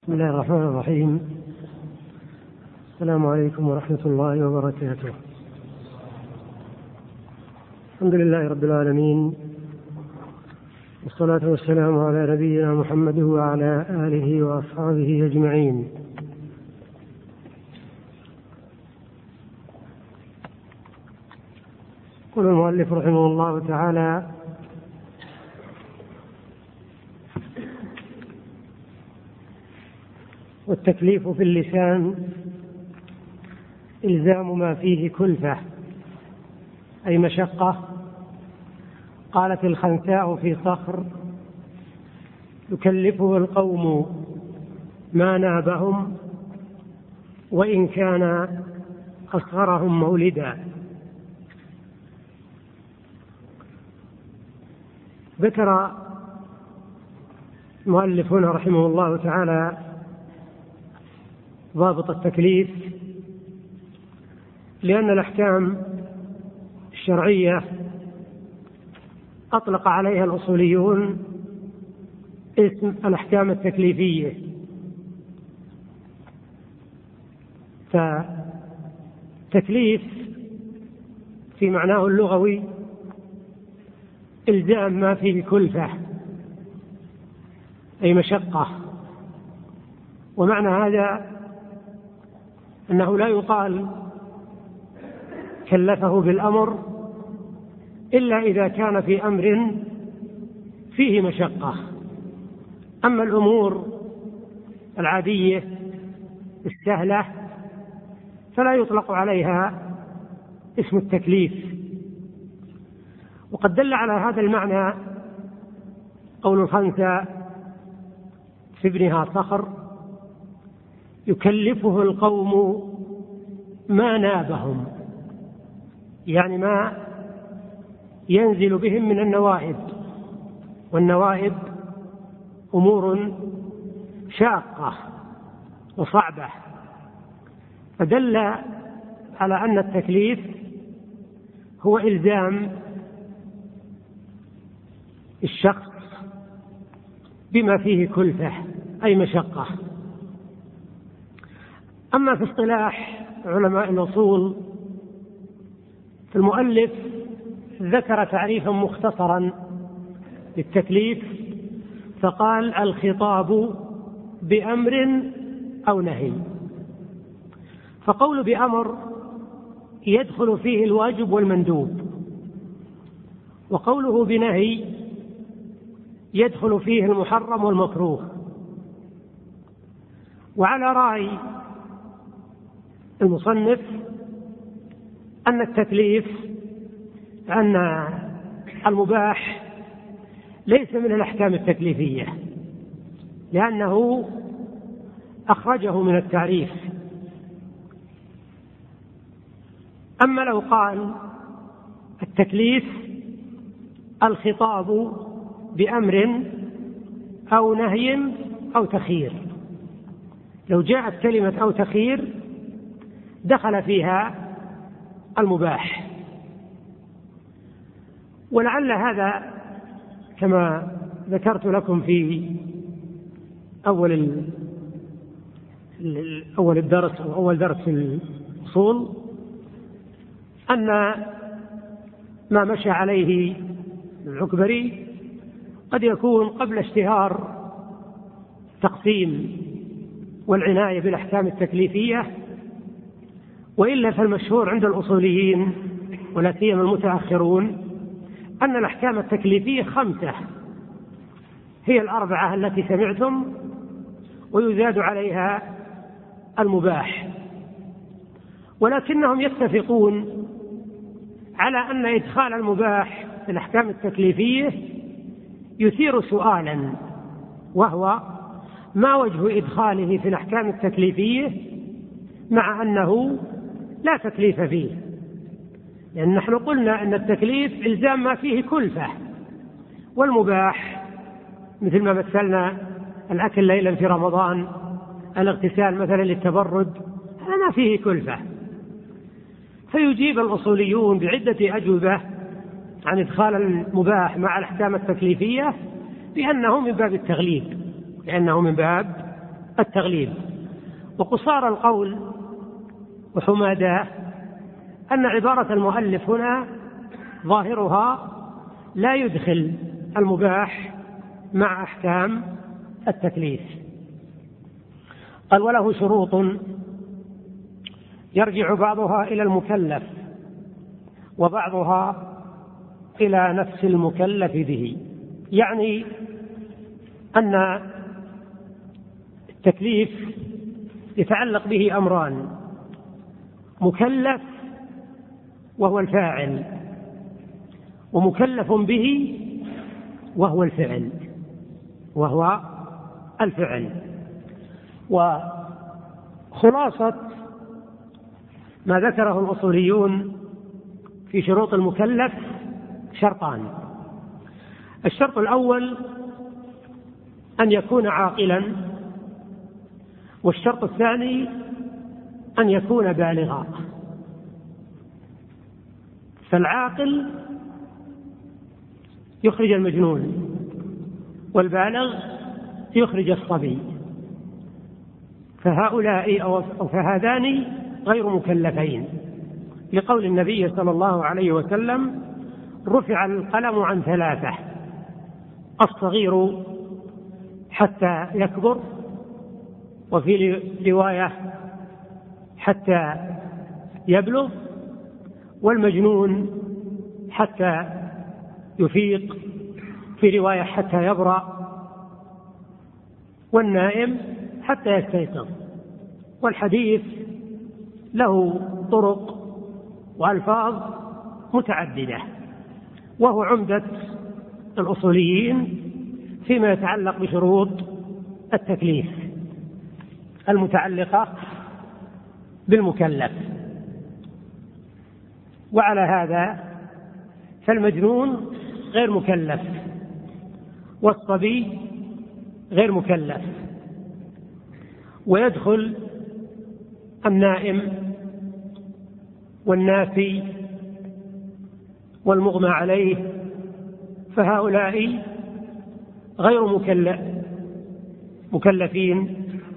بسم الله الرحمن الرحيم. السلام عليكم ورحمة الله وبركاته. الحمد لله رب العالمين، والصلاة والسلام على نبينا محمد وعلى آله وأصحابه أجمعين. يقول المؤلف رحمه الله تعالى: والتكليف في اللسان إلزام ما فيه كلفة أي مشقة. قالت الخنساء في صخر: يكلفه القوم ما نابهم وإن كان أصغرهم مولدا. ذكر المؤلف هنا رحمه الله تعالى ضابط التكليف، لأن الأحكام الشرعية أطلق عليها الأصوليون اسم الأحكام التكليفية. فتكليف في معناه اللغوي إلزام ما فيه كلفة أي مشقة، ومعنى هذا أنه لا يقال كلفه بالأمر إلا إذا كان في أمر فيه مشقة. أما الأمور العادية السهلة فلا يطلق عليها اسم التكليف. وقد دل على هذا المعنى قول الخنساء في ابنها صخر: يكلفه القوم ما نابهم، يعني ما ينزل بهم من النوائب، والنوائب أمور شاقة وصعبة. فدل على أن التكليف هو إلزام الشخص بما فيه كلفة أي مشقة. أما في اصطلاح علماء الأصول فالمؤلف ذكر تعريفا مختصرا للتكليف فقال: الخطاب بأمر أو نهي. فقول بأمر يدخل فيه الواجب والمندوب، وقوله بنهي يدخل فيه المحرم والمكروه. وعلى رأي المصنف أن التكليف أن المباح ليس من الأحكام التكليفية، لأنه أخرجه من التعريف. أما لو قال التكليف الخطاب بأمر أو نهي أو تخيير، لو جاءت كلمة أو تخيير دخل فيها المباح. ولعل هذا كما ذكرت لكم في أول الدرس أو أول درس في الأصول أن ما مشى عليه العكبري قد يكون قبل اشتهار تقسيم والعناية بالأحكام التكليفية، وإلا فالمشهور عند الأصوليين ولا سيما المتأخرون أن الأحكام التكليفية 5، هي 4 التي سمعتم ويزاد عليها المباح. ولكنهم يتفقون على أن إدخال المباح في الأحكام التكليفية يثير سؤالا، وهو: ما وجه إدخاله في الأحكام التكليفية مع أنه لا تكليف فيه؟ لأن نحن قلنا أن التكليف إلزام ما فيه كلفة، والمباح مثل ما مثلنا الأكل ليلا في رمضان، الاغتسال مثلا للتبرد، هذا ما فيه كلفة. فيجيب الأصوليون بعدة أجوبة عن إدخال المباح مع الأحكام التكليفية بأنه من باب التغليب، لأنه من باب التغليب. وقصار القول وحماداه أن عبارة المؤلف هنا ظاهرها لا يدخل المباح مع أحكام التكليف. قال: وله شروط يرجع بعضها إلى المكلف وبعضها إلى نفس المكلف به. يعني أن التكليف يتعلق به أمران: مكلف وهو الفاعل، ومكلف به وهو الفعل. وخلاصة ما ذكره الأصوليون في شروط المكلف شرطان: الشرط الأول أن يكون عاقلا، والشرط الثاني أن يكون بالغا. فالعاقل يخرج المجنون، والبالغ يخرج الصبي، فهؤلاء أو فهذان غير مكلفين، لقول النبي صلى الله عليه وسلم: رفع القلم عن ثلاثة: الصغير حتى يكبر، وفي رواية حتى يبلغ، والمجنون حتى يفيق، في رواية حتى يبرأ، والنائم حتى يستيقظ. والحديث له طرق وألفاظ متعددة، وهو عمدة الأصوليين فيما يتعلق بشروط التكليف المتعلقة بالمكلف. وعلى هذا فالمجنون غير مكلف، والصبي غير مكلف، ويدخل النائم والناسي والمغمى عليه، فهؤلاء غير مكلفين،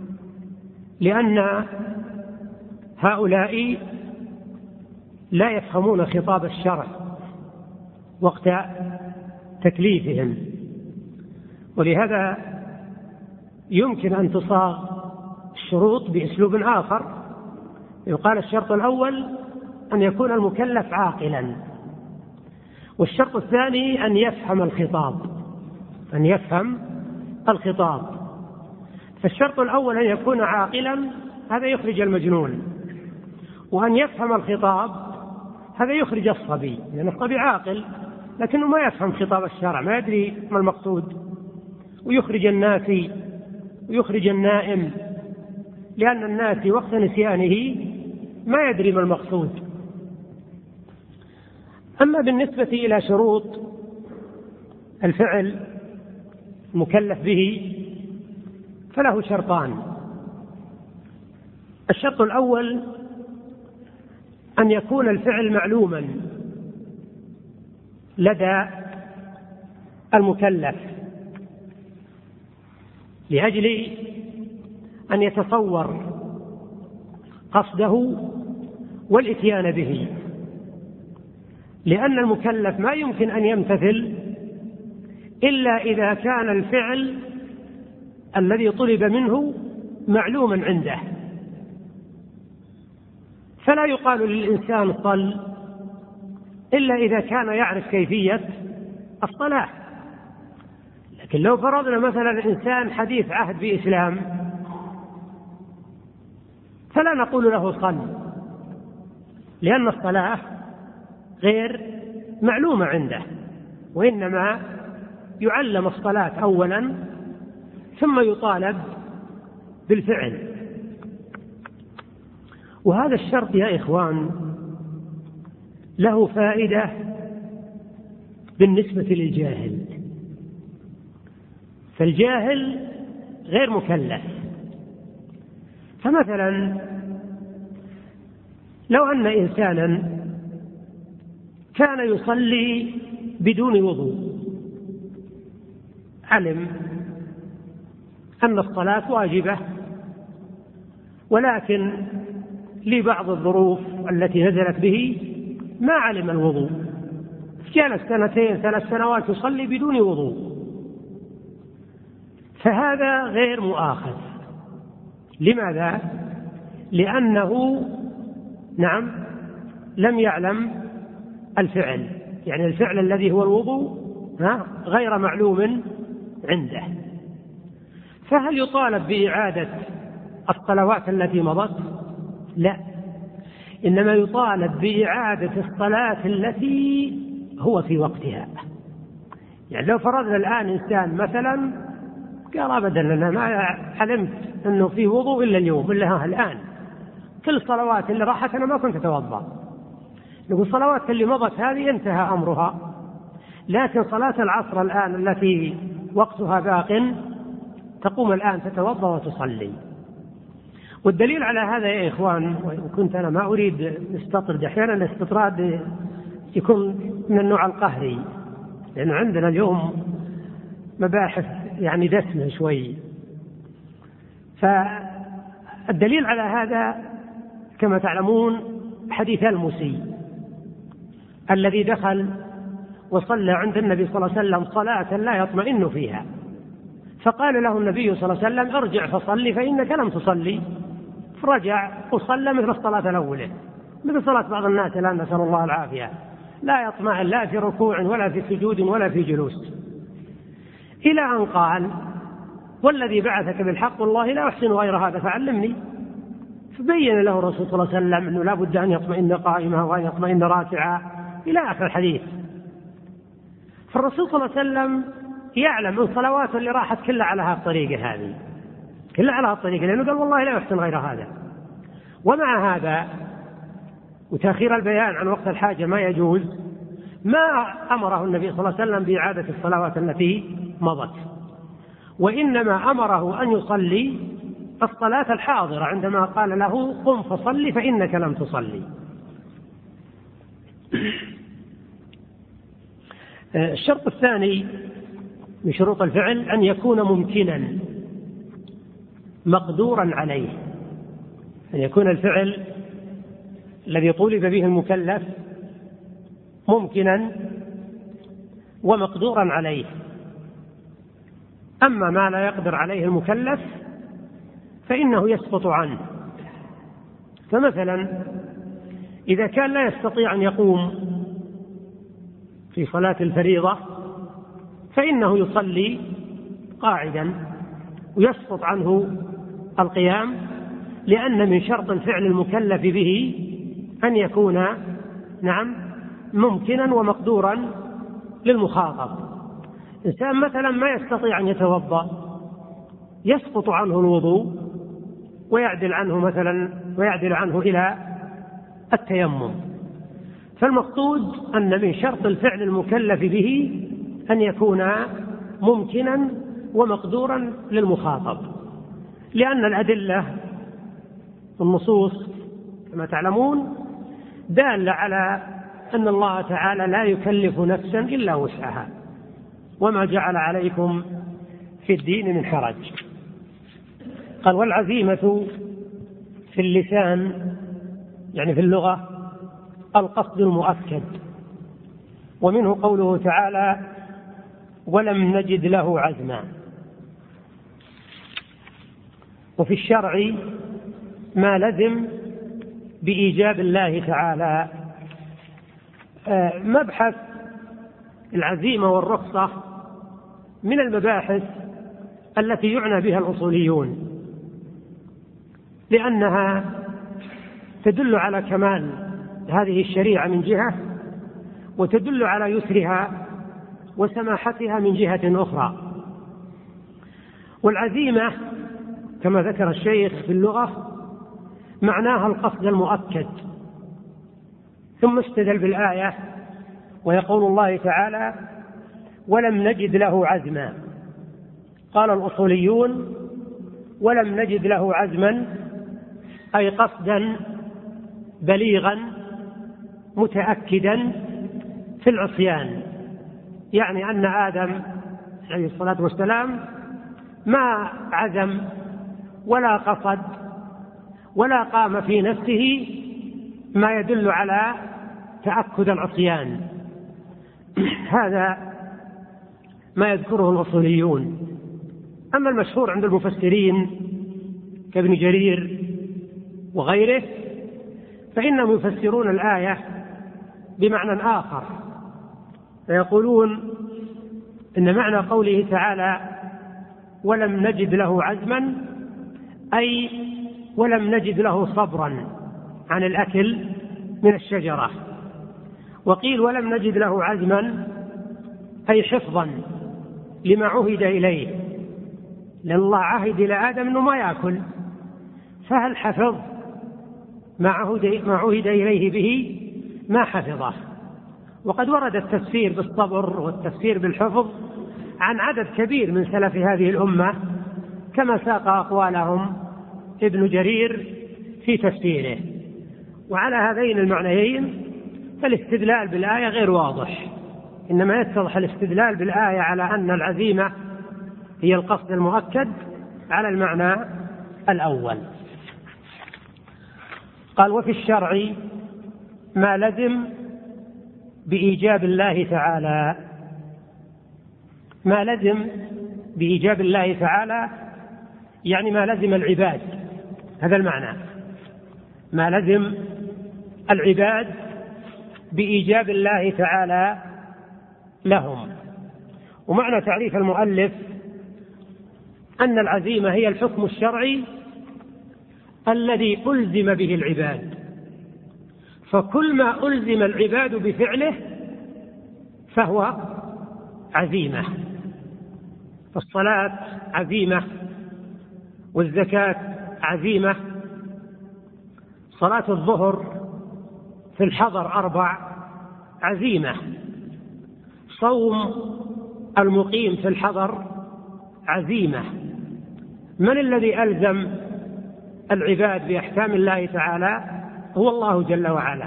لأن هؤلاء لا يفهمون خطاب الشرع وقت تكليفهم. ولهذا يمكن أن تصاغ الشروط بأسلوب آخر. يقال: الشرط الأول أن يكون المكلف عاقلا، والشرط الثاني أن يفهم الخطاب. فالشرط الأول أن يكون عاقلا، هذا يخرج المجنون، وأن يفهم الخطاب هذا يخرج الصبي، لأن الصبي عاقل لكنه ما يفهم خطاب الشرع، ما يدري ما المقصود. ويخرج الناسي ويخرج النائم، لأن الناسي وقت نسيانه ما يدري ما المقصود. أما بالنسبة إلى شروط الفعل المكلف به فله شرطان: الشرط الأول أن يكون الفعل معلوما لدى المكلف، لأجل أن يتصور قصده والإتيان به، لأن المكلف ما يمكن أن يمتثل إلا إذا كان الفعل الذي طلب منه معلوما عنده. فلا يقال للإنسان صل إلا إذا كان يعرف كيفية الصلاة. لكن لو فرضنا مثلا الإنسان حديث عهد بإسلام فلا نقول له صل، لأن الصلاة غير معلومة عنده، وإنما يعلم الصلاة أولا ثم يطالب بالفعل. وهذا الشرط يا إخوان له فائدة بالنسبة للجاهل، فالجاهل غير مكلف. فمثلا لو أن إنسانا كان يصلي بدون وضوء، علم أن الصلاة واجبة ولكن لبعض الظروف التي نزلت به ما علم الوضوء، جلس 2 3 سنوات يصلي بدون وضوء، فهذا غير مؤاخذ. لماذا؟ لأنه لم يعلم الفعل، يعني الفعل الذي هو الوضوء غير معلوم عنده. فهل يطالب بإعادة الصلوات التي مضت؟ لا، إنما يطالب بإعادة الصلاة التي هو في وقتها. يعني لو فرضنا الآن إنسان مثلا قال أبدا أنا ما علمت أنه فيه وضوء إلا اليوم إلا الآن، كل الصلوات اللي راحت أنا ما كنت أتوضأ، نقول الصلوات اللي مضت هذه انتهى أمرها، لكن صلاة العصر الآن التي وقتها باق تقوم الآن تتوضأ وتصلي. والدليل على هذا يا إخوان، وكنت أنا ما أريد نستطرد، أحيانا الاستطراد يكون من النوع القهري، لأنه عندنا اليوم مباحث يعني دسمة شوي. فالدليل على هذا كما تعلمون حديث المسيء الذي دخل وصلى عند النبي صلى الله عليه وسلم صلاة لا يطمئن فيها، فقال له النبي صلى الله عليه وسلم ارجع فصلي فإنك لم تصلي، فرجع وصلى مثل الصلاة الأولى، مثل صلاة بعض الناس الآن نسأل الله العافية، لا يطمئن لا في ركوع ولا في سجود ولا في جلوس، إلى أن قال والذي بعثك بالحق والله لا أحسن غير هذا فعلمني. فبين له الرسول صلى الله عليه وسلم أنه لا بد أن يطمئن قائما وأن يطمئن راكعا إلى آخر الحديث. فالرسول صلى الله عليه وسلم يعلم أن الصلوات اللي راحت كلها على هذه الطريقة، هذه كلها على هذه الطريقة، لأنه قال والله لا أحسن غير هذا. ومع هذا وتأخير البيان عن وقت الحاجة ما يجوز، ما أمره النبي صلى الله عليه وسلم بإعادة الصلوات التي مضت، وإنما أمره أن يصلي الصلاة الحاضرة عندما قال له قم فصلي فإنك لم تصلي. الشرط الثاني من شروط الفعل أن يكون ممكنا مقدورا عليه، أن يكون الفعل الذي طولب به المكلف ممكنا ومقدورا عليه. أما ما لا يقدر عليه المكلف فإنه يسقط عنه. فمثلا إذا كان لا يستطيع أن يقوم في صلاة الفريضة فإنه يصلي قاعدا ويسقط عنه القيام، لأن من شرط الفعل المكلف به أن يكون ممكنا ومقدورا للمخاطب. إنسان مثلا ما يستطيع أن يتوضأ يسقط عنه الوضوء ويعدل عنه إلى التيمم. فالمقصود أن من شرط الفعل المكلف به أن يكون ممكنا ومقدورا للمخاطب، لأن الأدلة النصوص كما تعلمون دالة على أن الله تعالى لا يكلف نفسا إلا وسعها، وما جعل عليكم في الدين من حرج. قال والعزيمة في اللسان يعني في اللغة القصد المؤكد، ومنه قوله تعالى ولم نجد له عزما. وفي الشرع ما لزم بإيجاب الله تعالى. مبحث العزيمة والرخصة من المباحث التي يعنى بها الأصوليون، لأنها تدل على كمال هذه الشريعة من جهة، وتدل على يسرها وسماحتها من جهة أخرى. والعزيمة كما ذكر الشيخ في اللغة معناها القصد المؤكد. ثم استدل بالآية ويقول الله تعالى ولم نجد له عزما. قال الأصوليون ولم نجد له عزما أي قصدا بليغا متأكدا في العصيان، يعني أن آدم عليه الصلاة والسلام ما عزم ولا قصد ولا قام في نفسه ما يدل على تأكد العصيان. هذا ما يذكره الأصوليون. أما المشهور عند المفسرين كابن جرير وغيره فإنهم يفسرون الآية بمعنى آخر، فيقولون إن معنى قوله تعالى ولم نجد له عزما أي ولم نجد له صبرا عن الأكل من الشجرة، وقيل ولم نجد له عزما أي حفظا لما عهد إليه، لأن الله عهد إلى آدم أنه ما يأكل، فهل حفظ ما عهد إليه به؟ ما حفظه. وقد ورد التفسير بالصبر والتفسير بالحفظ عن عدد كبير من سلف هذه الأمة كما ساق أقوالهم ابن جرير في تفسيره. وعلى هذين المعنيين فالاستدلال بالآية غير واضح، إنما يتضح الاستدلال بالآية على أن العزيمة هي القصد المؤكد على المعنى الأول. قال وفي الشرع ما لزم بإيجاب الله تعالى. ما لزم بإيجاب الله تعالى يعني ما لزم العباد، هذا المعنى، ما لزم العباد بإيجاب الله تعالى لهم. ومعنى تعريف المؤلف أن العزيمة هي الحكم الشرعي الذي ألزم به العباد، فكل ما ألزم العباد بفعله فهو عزيمة. فالصلاة عزيمة، والزكاة عزيمة، صلاة الظهر في الحضر 4 عزيمة، صوم المقيم في الحضر عزيمة. من الذي ألزم العباد بأحكام الله تعالى؟ هو الله جل وعلا.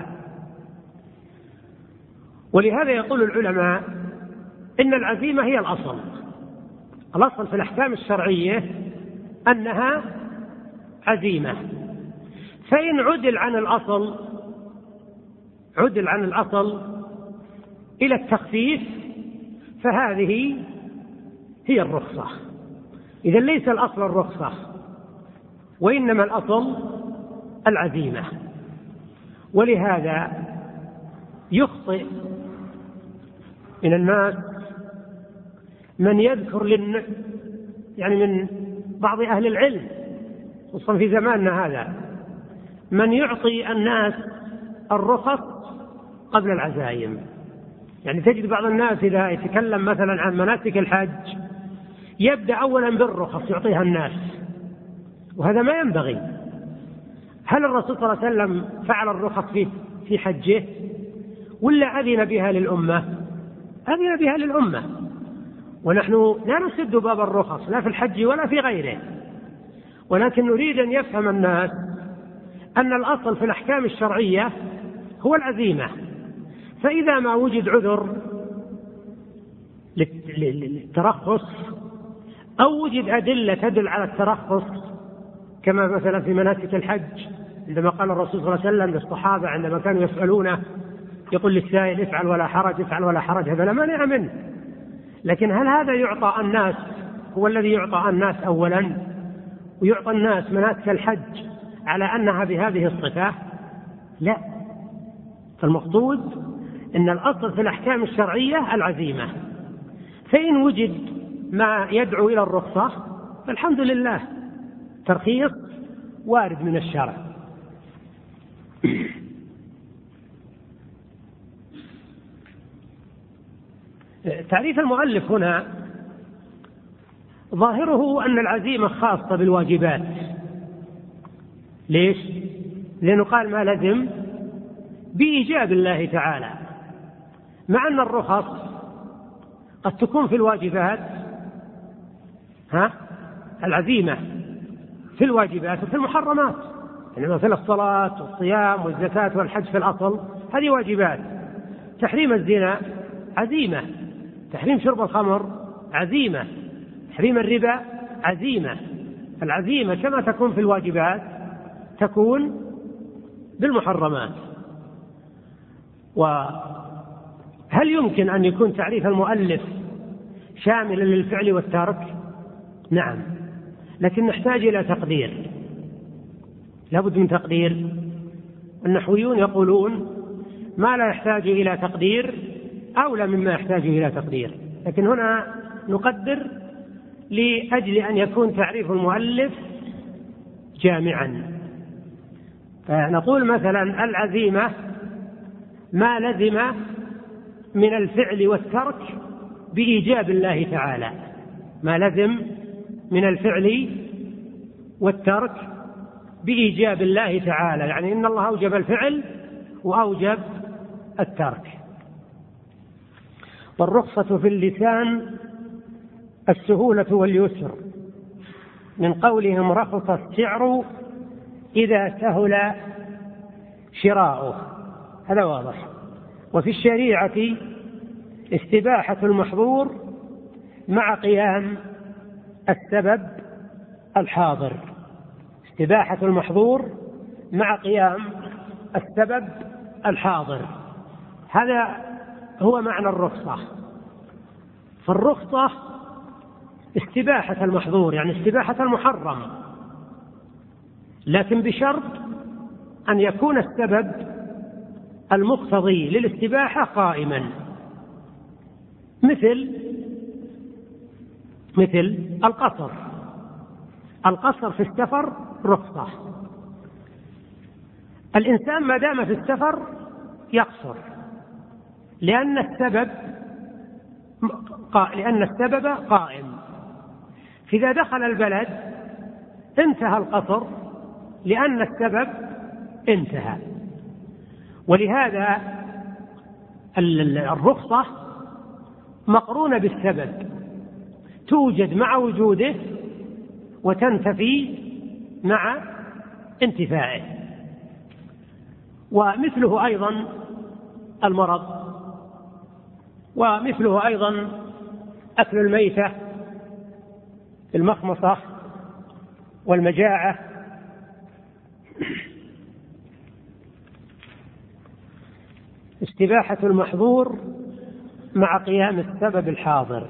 ولهذا يقول العلماء إن العزيمة هي الأصل. الأصل في الأحكام الشرعية أنها عزيمة، فإن عدل عن الأصل إلى التخفيف فهذه هي الرخصة. إذا ليس الأصل الرخصة وإنما الأصل العزيمة. ولهذا يخطئ من الناس من يذكر يعني من بعض أهل العلم خصوصا في زماننا هذا من يعطي الناس الرخص قبل العزائم. يعني تجد بعض الناس إذا يتكلم مثلا عن مناسك الحج يبدأ أولا بالرخص يعطيها الناس، وهذا ما ينبغي. هل الرسول صلى الله عليه وسلم فعل الرخص في حجه ولا أذن بها للأمة؟ أذن بها للأمة، ونحن لا نسد باب الرخص لا في الحج ولا في غيره، ولكن نريد أن يفهم الناس أن الأصل في الأحكام الشرعية هو العزيمة. فإذا ما وجد عذر للترخص أو وجد أدلة تدل على الترخص كما مثلا في مناسك الحج عندما قال الرسول صلى الله عليه وسلم للصحابة عندما كانوا يسألونه يقول للسائل افعل ولا حرج افعل ولا حرج، هذا لا مانع منه. لكن هل هذا يعطى الناس هو الذي يعطى الناس أولا ويعطى الناس مناسك الحج على أنها بهذه الصفة؟ لا. فالمقصود أن الأصل في الأحكام الشرعية العزيمة، فإن وجد ما يدعو إلى الرخصة فالحمد لله، ترخيص وارد من الشرع. تعريف المؤلف هنا ظاهره أن العزيمة خاصة بالواجبات. ليش؟ لأنه قال ما لزم بإيجاب الله تعالى، مع أن الرخص قد تكون في الواجبات العزيمة في الواجبات وفي المحرمات، يعني مثل الصلاة والصيام والزكاة والحج في الأصل هذه واجبات. تحريم الزنا عزيمة، تحريم شرب الخمر عزيمة، تحريم الربا عزيمة. العزيمة كما تكون في الواجبات تكون بالمحرمات. وهل يمكن أن يكون تعريف المؤلف شاملا للفعل والترك؟ نعم، لكن نحتاج إلى تقدير، لابد من تقدير. النحويون يقولون ما لا يحتاج إلى تقدير أولى مما يحتاج إلى تقدير، لكن هنا نقدر لأجل أن يكون تعريف المؤلف جامعا. فنقول مثلا العزيمة ما لزم من الفعل والترك بإيجاب الله تعالى، ما لزم من الفعل والترك بإيجاب الله تعالى، يعني إن الله أوجب الفعل وأوجب الترك. والرخصة في اللسان السهولة واليسر، من قولهم رخص السعر إذا سهل شراؤه، هذا واضح. وفي الشريعة استباحة المحظور مع قيام السبب الحاضر، استباحة المحظور مع قيام السبب الحاضر، هذا هو معنى الرخصة. فالرخصة استباحة المحظور، يعني استباحة المحرم، لكن بشرط أن يكون السبب المقتضي للاستباحة قائما، مثل القصر في السفر رخصة. الإنسان ما دام في السفر يقصر لأن السبب قائم، فإذا دخل البلد انتهى القصر لأن السبب انتهى. ولهذا الرخصة مقرونة بالسبب، توجد مع وجوده وتنتفي مع انتفائه. ومثله أيضا المرض، ومثله أيضا أكل الميتة، المخمصة والمجاعة. استباحة المحظور مع قيام السبب الحاضر.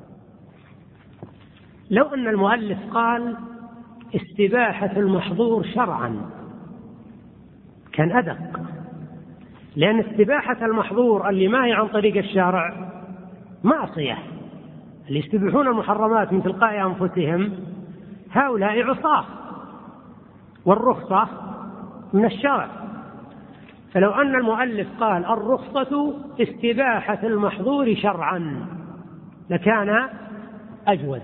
لو أن المؤلف قال استباحة المحظور شرعا كان أدق، لأن استباحة المحظور اللي ما هي عن طريق الشارع معصية، اللي يستبيحون المحرمات من تلقاء أنفسهم هؤلاء عصاة، والرخصة من الشرع. فلو أن المؤلف قال الرخصة استباحة المحظور شرعا لكان أجود.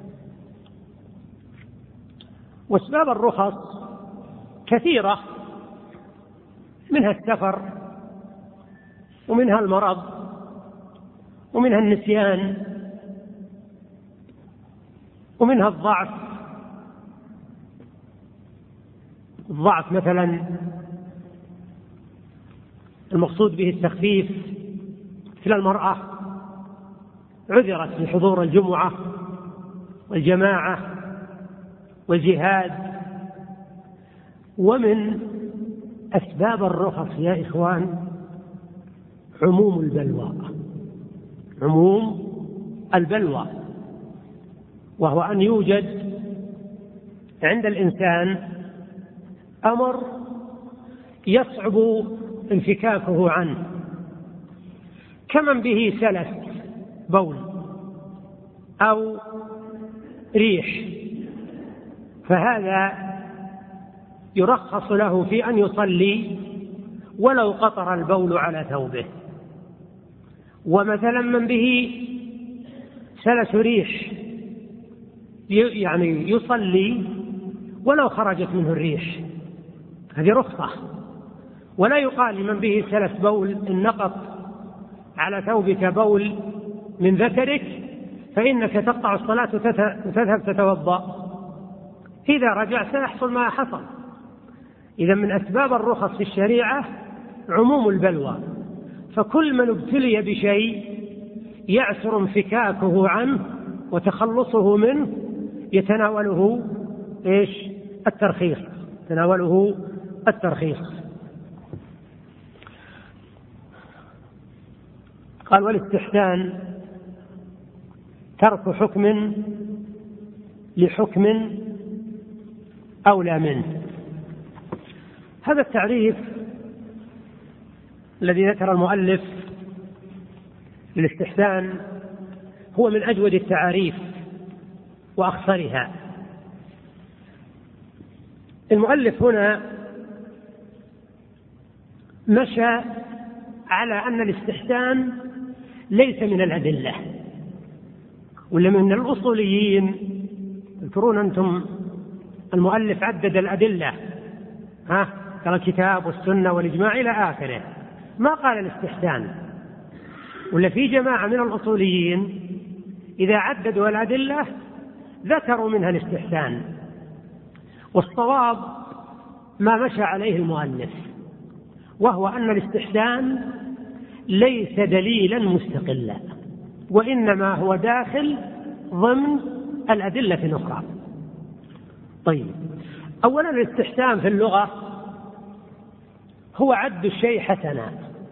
وأسباب الرخص كثيرة، منها السفر، ومنها المرض، ومنها النسيان، ومنها الضعف مثلا المقصود به التخفيف، مثل المرأة عذرت بحضور الجمعة والجماعة والجهاد. ومن أسباب الرخص يا إخوان عموم البلوى، وهو أن يوجد عند الإنسان أمر يصعب انفكاكه عنه، كمن به سلس بول أو ريح، فهذا يرخص له في أن يصلي ولو قطر البول على ثوبه. ومثلا من به سلس ريح يعني يصلي ولو خرجت منه الريح، هذه رخصة. ولا يقال لمن به سلس بول إن نقط على ثوبك بول من ذكرك فإنك تقطع الصلاة وتذهب تتوضأ، إذا رجع سيحصل ما حصل. إذا من أسباب الرخص في الشريعة عموم البلوى، فكل من ابتلي بشيء يعسر انفكاكه عنه وتخلصه منه يتناوله الترخيص. تناوله الترخيص. قال: والاستحسان ترك حكم لحكم أولى منه. هذا التعريف الذي ذكر المؤلف للاستحسان هو من أجود التعاريف وأخصرها. المؤلف هنا مشى على أن الاستحسان ليس من الأدلة، ولا من الأصوليين. تذكرون أنتم المؤلف عدد الأدلة، كالكتاب والسنة والإجماع إلى آخره، ما قال الاستحسان. ولا في جماعة من الأصوليين إذا عددوا الأدلة ذكروا منها الاستحسان، والصواب ما مشى عليه المؤلف، وهو أن الاستحسان ليس دليلا مستقلا، وإنما هو داخل ضمن الأدلة الأخرى. طيب، أولا الاستحسان في اللغة هو عد الشيء حسنا.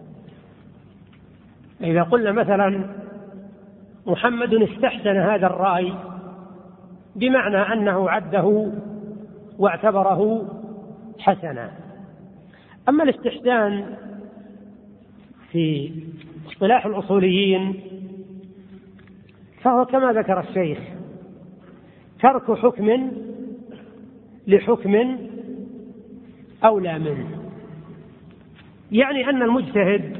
إذا قلنا مثلا محمد استحسن هذا الرأي، بمعنى أنه عده واعتبره حسنا. أما الاستحسان في اصطلاح الأصوليين فهو كما ذكر الشيخ ترك حكم لحكم أولى منه، يعني أن المجتهد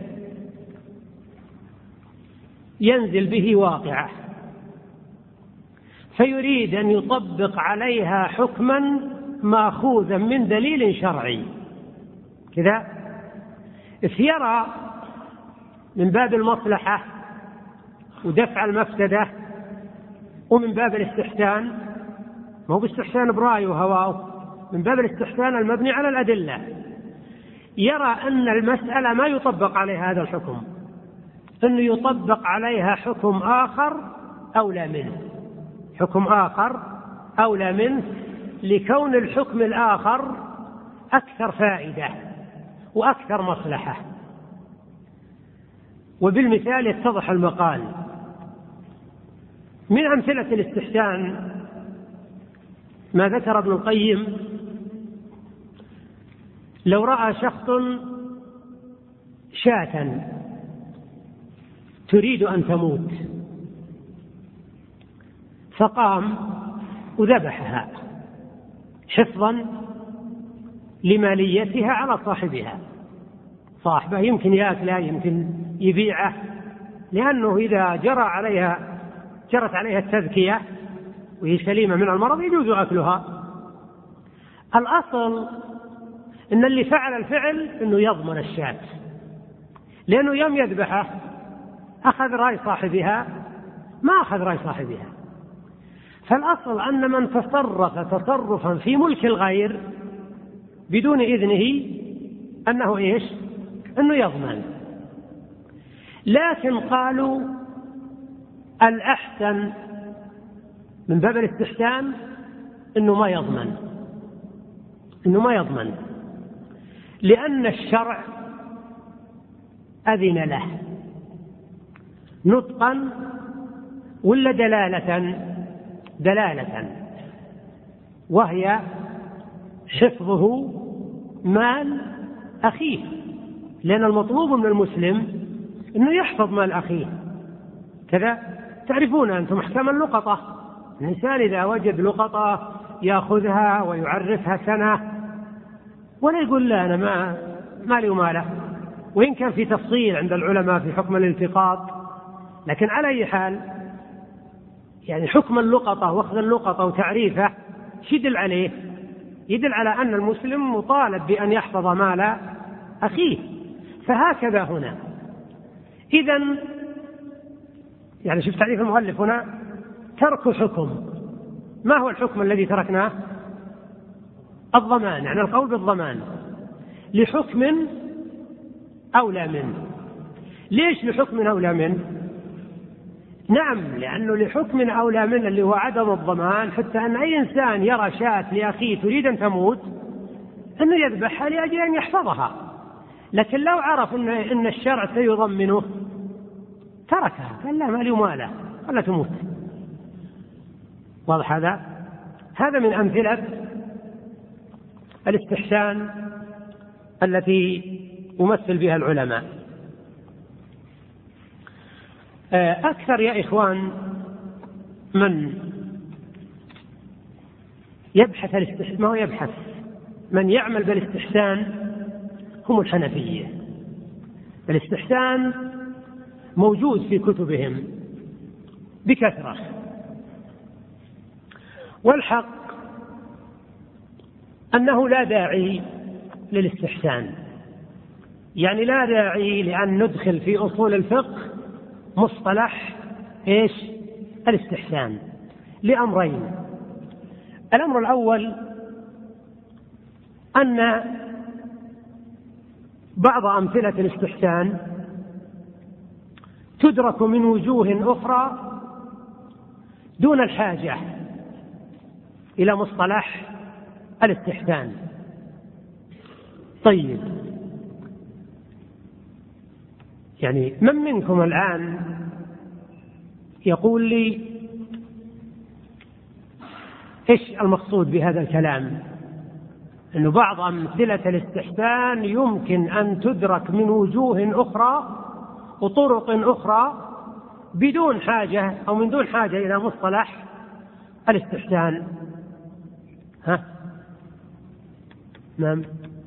ينزل به واقعة فيريد أن يطبق عليها حكما ماخوذا من دليل شرعي كذا، فيرى من باب المصلحة ودفع المفسدة ومن باب الاستحسان، ما هو باستحسان برأيه وهواه، من باب الاستحسان المبني على الأدلة، يرى أن المسألة ما يطبق عليها هذا الحكم، أنه يطبق عليها حكم آخر أولى منه، حكم آخر أولى منه، لكون الحكم الآخر أكثر فائدة وأكثر مصلحة. وبالمثال يتضح المقال. من أمثلة الاستحسان ما ذكر ابن القيم: لو رأى شخص شاة تريد أن تموت فقام وذبحها حفظا لماليتها على صاحبها، صاحبه يمكن يأكلها يمكن يبيعه، لأنه إذا جرت عليها التذكية وهي سليمة من المرض يجوز أكلها. الأصل إن اللي فعل الفعل إنه يضمن الشاة، لأنه يوم يذبحه أخذ رأي صاحبها، ما أخذ رأي صاحبها. فالأصل أن من تصرف تصرفا في ملك الغير بدون إذنه أنه إيش؟ أنه يضمن. لكن قالوا الأحسن من باب الاستحسان أنه ما يضمن، لأن الشرع أذن له نطقا ولا دلالة، وهي حفظه مال أخيه، لأن المطلوب من المسلم أنه يحفظ مال أخيه كذا. تعرفون أنتم أحكام اللقطة، الإنسان إذا وجد لقطة يأخذها ويعرفها سنة ولا يقول لا أنا ما لي وماله، وإن كان في تفصيل عند العلماء في حكم الالتقاط، لكن على أي حال يعني حكم اللقطة واخذ اللقطة وتعريفه يدل عليه، يدل على أن المسلم مطالب بأن يحفظ مال أخيه. فهكذا هنا. إذن يعني شوف تعريف المؤلف هنا: ترك حكم. ما هو الحكم الذي تركناه؟ الضمان، يعني القول بالضمان لحكم أولى منه. ليش لحكم أولى منه؟ نعم، لأنه لحكم أولى منه اللي هو عدم الضمان، حتى أن أي إنسان يرى شاة لأخيه تريد أن تموت أنه يذبحها لأجل أن يحفظها، لكن لو عرف أن الشرع سيضمنه تركها، قال لا مالي وماله ولا تموت. واضح هذا؟ هذا من أمثلة الاستحسان التي يمثل بها العلماء. أكثر يا إخوان من يبحث ما هو يبحث، من يعمل بالاستحسان هم الحنفية. الاستحسان موجود في كتبهم بكثرة، والحق أنه لا داعي للاستحسان، يعني لا داعي لأن ندخل في أصول الفقه مصطلح الاستحسان لأمرين. الأمر الأول أن بعض أمثلة الاستحسان تدرك من وجوه أخرى دون الحاجة إلى مصطلح الاستحسان. طيب، يعني من منكم الآن يقول لي إيش المقصود بهذا الكلام؟ أن بعض أمثلة الاستحسان يمكن أن تدرك من وجوه أخرى وطرق أخرى بدون حاجة أو من دون حاجة إلى مصطلح الاستحسان. ها؟ نعم.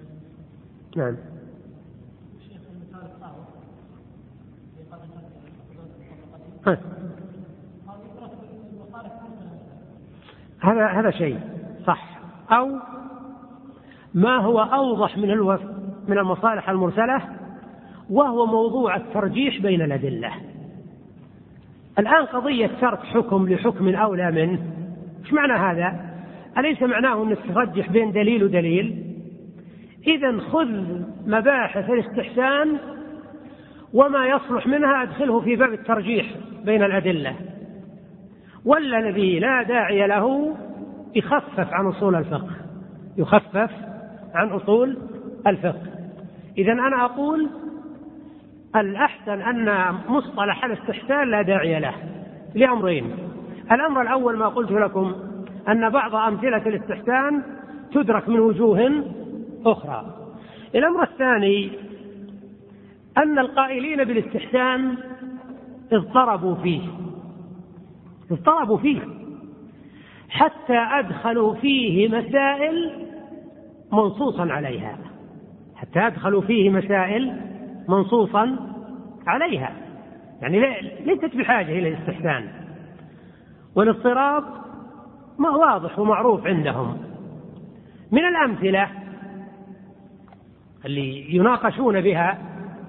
هذا شيء صح، أو ما هو أوضح من المصالح المرسلة، وهو موضوع الترجيح بين الأدلة. الآن قضية ترك حكم لحكم أولى منه، إيش معنى هذا؟ أليس معناه أنك ترجح بين دليل ودليل؟ إذن خذ مباحث الاستحسان وما يصلح منها أدخله في باب الترجيح بين الأدلة، والذي لا داعي له يخفف عن أصول الفقه، يخفف عن أصول الفقه. إذن أنا أقول الأحسن أن مصطلح الاستحسان لا داعي له لأمرين. الأمر الأول ما قلت لكم أن بعض أمثلة الاستحسان تدرك من وجوه أخرى. الأمر الثاني أن القائلين بالاستحسان اضطربوا فيه حتى أدخلوا فيه مسائل منصوصا عليها، يعني ليست بحاجة إلى الاستحسان. والاضطراب ما هو واضح ومعروف عندهم. من الأمثلة اللي يناقشون بها،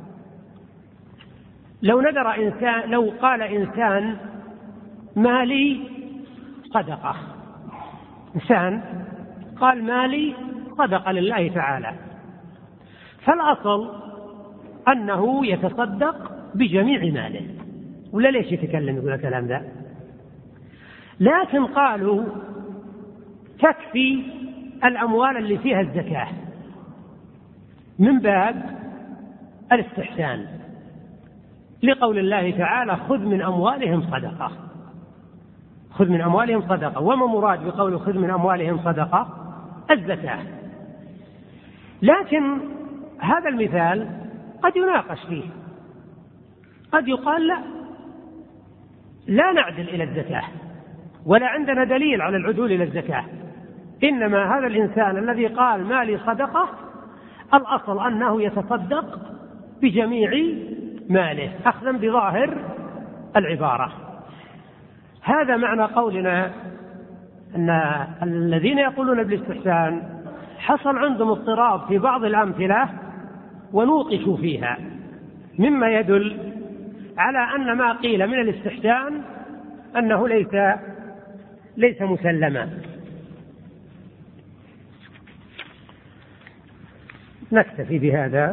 لو قال إنسان مالي صدقة، إنسان قال مالي صدقة لله تعالى، فالأصل أنه يتصدق بجميع ماله، ولا ليش يتكلم يقول الكلام ذا؟ لكن قالوا تكفي الأموال اللي فيها الزكاة من باب الاستحسان، لقول الله تعالى خذ من أموالهم صدقة. وما مراد بقول خذ من أموالهم صدقة؟ الزكاة. لكن هذا المثال قد يناقش فيه، قد يقال لا نعدل إلى الزكاة ولا عندنا دليل على العدول إلى الزكاة، إنما هذا الإنسان الذي قال مالي صدقة الأصل أنه يتصدق بجميع ماله أخذا بظاهر العبارة. هذا معنى قولنا أن الذين يقولون بالاستحسان حصل عندهم اضطراب في بعض الأمثلة ونوقشوا فيها، مما يدل على أن ما قيل من الاستحسان أنه ليس مسلما. نكتفي بهذا.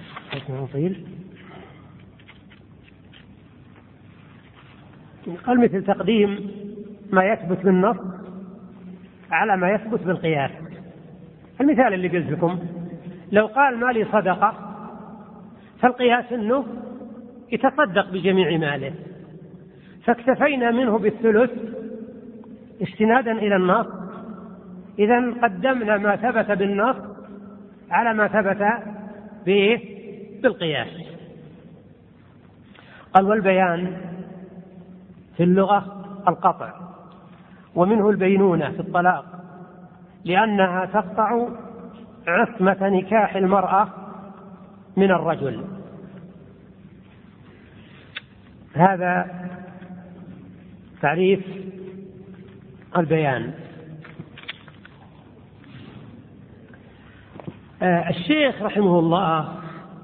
قال مثل تقديم ما يثبت بالنص على ما يثبت بالقياس. المثال المثال اللي قلت لكم، لو قال مالي صدقة فالقياس أنه يتصدق بجميع ماله، فاكتفينا منه بالثلث استنادا إلى النص، إذن قدمنا ما ثبت بالنص على ما ثبت بالقياس. قال والبيان في اللغة القطع، ومنه البينونة في الطلاق، لأنها تقطع عصمة نكاح المرأة من الرجل. هذا تعريف البيان. الشيخ رحمه الله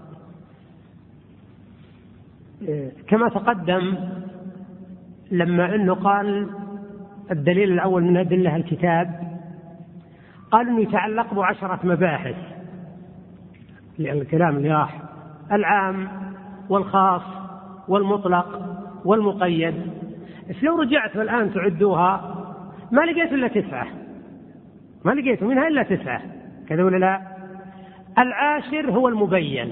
كما تقدم لما أنه قال الدليل الأول من أدلة الكتاب، قال أنه يتعلق ب10 مباحث، لأن الكلام اللي راح العام والخاص والمطلق والمقيد. لو رجعت الآن تعدوها ما لقيت إلا 9، ما لقيت منها إلا 9 كذا ولا لا؟ العاشر هو المبين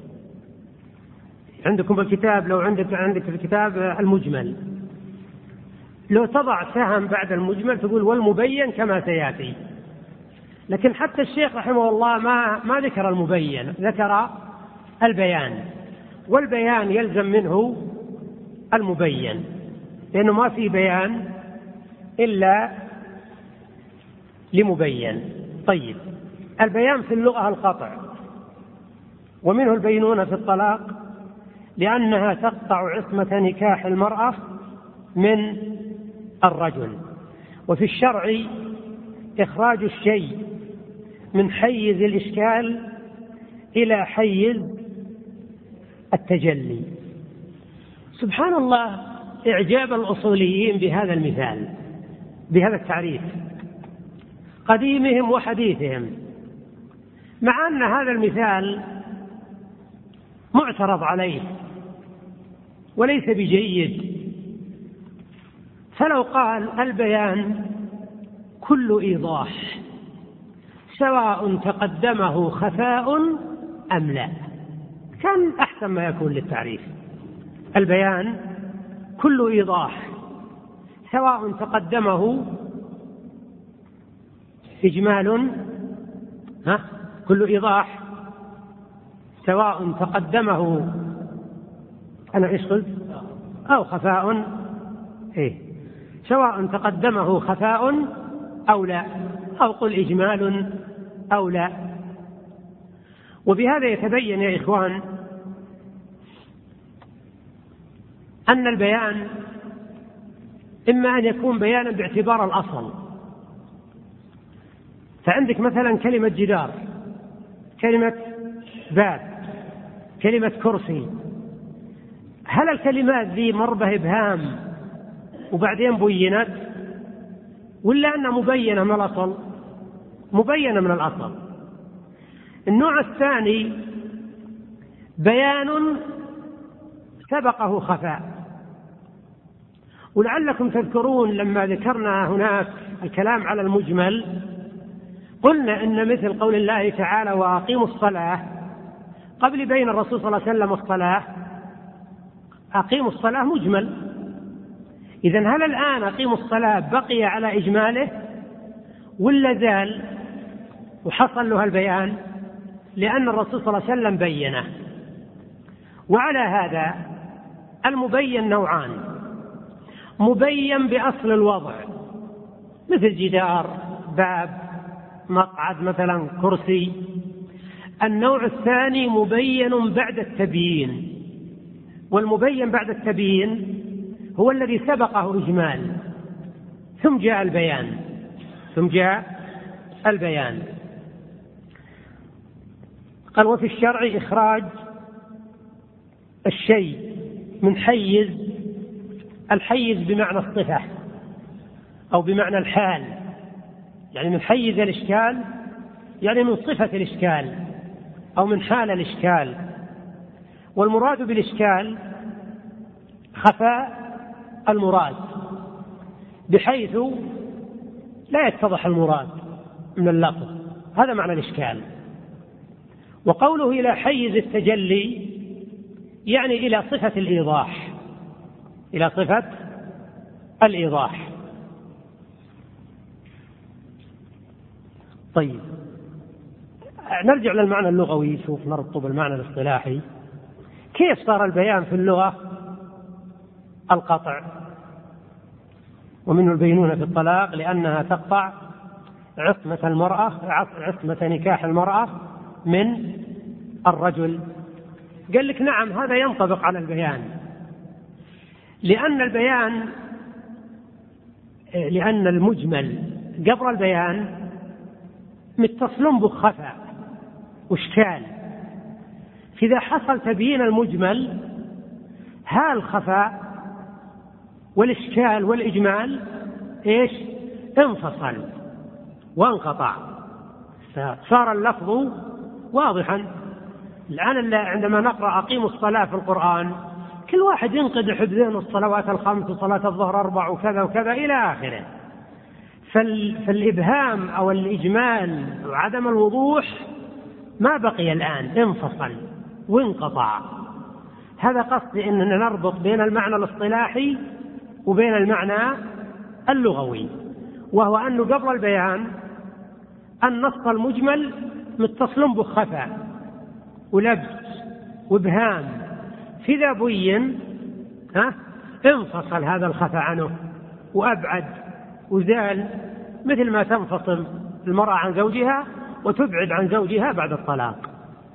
عندكم بالكتاب، لو عندك في الكتاب المجمل، لو تضع سهم بعد المجمل تقول والمبين كما سيأتي، لكن حتى الشيخ رحمه الله ما ذكر المبين، ذكر البيان، والبيان يلزم منه المبين، لأنه ما في بيان إلا لمبين. طيب، البيان في اللغة القطع، ومنه البينونة في الطلاق، لأنها تقطع عصمة نكاح المرأة من الرجل. وفي الشرع إخراج الشيء من حيز الإشكال إلى حيز التجلي. سبحان الله، إعجاب الأصوليين بهذا المثال، بهذا التعريف، قديمهم وحديثهم، مع أن هذا المثال معترض عليه وليس بجيد. فلو قال البيان كل إيضاح سواء تقدمه خفاء أم لا، كان أحسن ما يكون للتعريف. البيان كل إيضاح سواء تقدمه إجمال، كل إيضاح سواء تقدمه أنا إيش قلت أو خفاء، سواء تقدمه خفاء أو لا، أو قل إجمال أو لا. وبهذا يتبين يا إخوان أن البيان إما أن يكون بيانا باعتبار الأصل، فعندك مثلا كلمة جدار، كلمة باب، كلمة كرسي، هل الكلمات ذي مربه إبهام وبعدين بينت، ولا أنها مبينة من الأصل؟ مبينة من الأصل. النوع الثاني بيان سبقه خفاء، ولعلكم تذكرون لما ذكرنا هناك الكلام على المجمل قلنا إن مثل قول الله تعالى وأقيموا الصلاة، قبل بين الرسول صلى الله عليه وسلم الصلاة، أقيموا الصلاة مجمل. إذن هل الآن أقيموا الصلاة بقي على إجماله ولا زال وحصل له البيان؟ لأن الرسول صلى الله عليه وسلم بينه. وعلى هذا المبين نوعان: مبين بأصل الوضع مثل جدار، باب، مقعد مثلا، كرسي. النوع الثاني مبين بعد التبيين، والمبين بعد التبيين هو الذي سبقه إجمال ثم جاء البيان. قال وفي الشرع إخراج الشيء من حيز، الحيز بمعنى الصفة أو بمعنى الحال، يعني من حيز الإشكال، يعني من صفة الإشكال أو من حال الإشكال. والمراد بالإشكال خفاء المراد، بحيث لا يتضح المراد من اللفظ، هذا معنى الإشكال. وقوله إلى حيز التجلي يعني إلى صفة الإيضاح، إلى صفة الإيضاح. طيب نرجع للمعنى اللغوي، شوف نربطه بالمعنى الاصطلاحي. كيف صار البيان في اللغة القطع؟ ومنه البينونة في الطلاق لأنها تقطع عصمة المرأة، عصمة نكاح المرأة من الرجل. قال لك نعم هذا ينطبق على البيان، لأن المجمل قبل البيان متصل بخفاء واشكال، فإذا حصل تبيين المجمل ها الخفاء والاشكال والإجمال ايش انفصل وانقطع، فصار اللفظ واضحا. الآن عندما نقرأ أقيموا الصلاة في القرآن كل واحد ينقدح بذهنه الصلوات الخمس وصلاة الظهر 4 وكذا وكذا إلى آخره، فالإبهام أو الإجمال وعدم الوضوح ما بقي الآن، انفصل وانقطع. هذا قصدي أننا نربط بين المعنى الاصطلاحي وبين المعنى اللغوي، وهو أنه قبل البيان النص المجمل متصل بخفاء ولبس وابهام، فإذا بين انفصل هذا الخفاء عنه وأبعد وزال، مثل ما تنفصل المرأة عن زوجها وتبعد عن زوجها بعد الطلاق.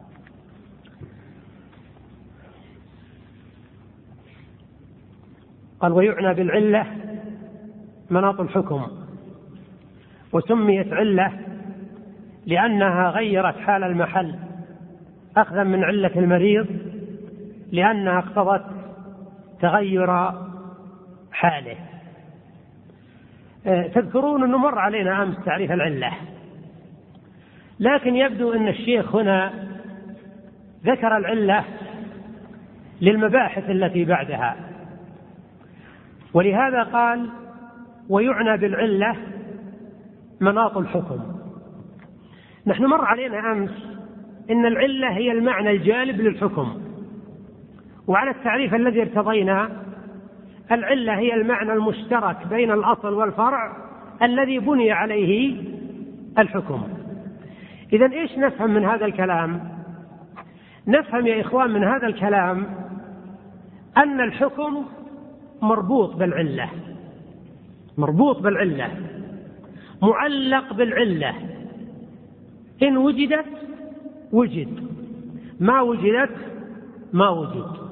قال ويعنى بالعلة مناط الحكم، وسميت علة لأنها غيرت حال المحل أخذا من علة المريض، لأنها اقتضت تغير حاله. تذكرون أنه مر علينا أمس تعريف العلة، لكن يبدو أن الشيخ هنا ذكر العلة للمباحث التي بعدها، ولهذا قال ويعنى بالعلة مناط الحكم. نحن مر علينا أمس إن العلة هي المعنى الجالب للحكم، وعلى التعريف الذي ارتضينا العلة هي المعنى المشترك بين الأصل والفرع الذي بني عليه الحكم. إذن إيش نفهم من هذا الكلام؟ نفهم يا إخوان من هذا الكلام أن الحكم مربوط بالعلة، مربوط بالعلة، معلق بالعلة، إن وجدت وجد، ما وجدت ما وجد.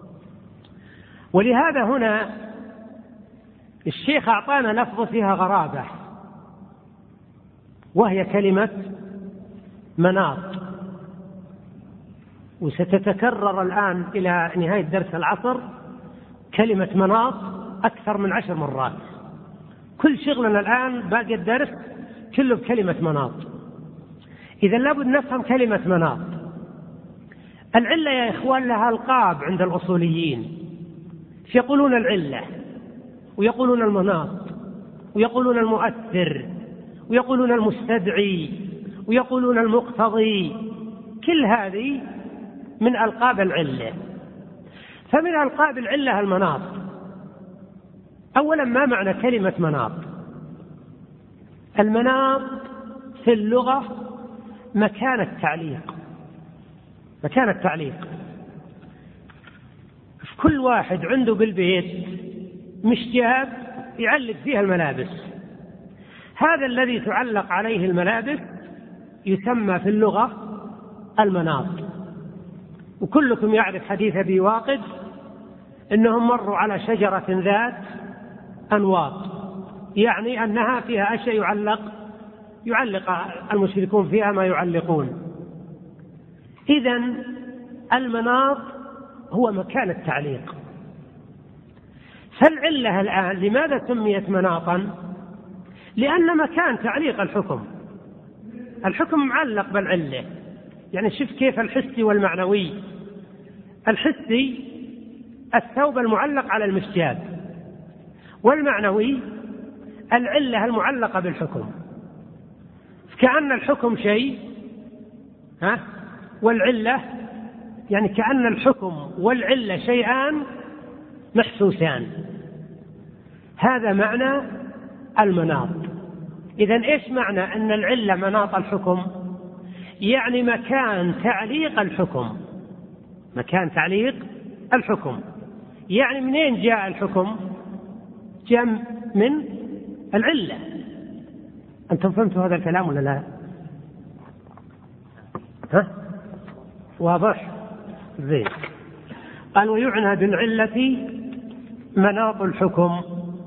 ولهذا هنا الشيخ أعطانا لفظ فيها غرابة، وهي كلمة مناط، وستتكرر الآن إلى نهاية درس العصر كلمة مناط أكثر من 10 مرات. كل شغلنا الآن باقي الدرس كله بكلمة مناط. إذا لابد نفهم كلمة مناط. العلة يا إخوان لها ألقاب عند الأصوليين، يقولون العلة ويقولون المناط ويقولون المؤثر ويقولون المستدعي ويقولون المقتضي، كل هذه من ألقاب العلة. فمن ألقاب العلة المناط. أولا ما معنى كلمة مناط؟ المناط في اللغة مكان التعليق، مكان التعليق. كل واحد عنده بالبيت مشجاب يعلق فيها الملابس، هذا الذي تعلق عليه الملابس يسمى في اللغة المناط. وكلكم يعرف حديث أبي واقد إنهم مروا على شجرة ذات أنواط، يعني أنها فيها أشياء يعلق المشركون فيها ما يعلقون. إذن المناط هو مكان التعليق. فالعلة الآن لماذا سميت مناطا؟ لأن مكان تعليق الحكم، الحكم معلق بالعلة. يعني شوف كيف الحسي والمعنوي. الحسي الثوب المعلق على المشجاب، والمعنوي العلة المعلقة بالحكم. كأن الحكم شيء والعلة، يعني كأن الحكم والعلة شيئان محسوسان. هذا معنى المناط. إذن إيش معنى أن العلة مناط الحكم؟ يعني مكان تعليق الحكم، مكان تعليق الحكم. يعني منين جاء الحكم؟ جاء من العلة. أنتم فهمتوا هذا الكلام ولا لا؟ واضح؟ زين. قال ويعنى بالعلة مناط الحكم،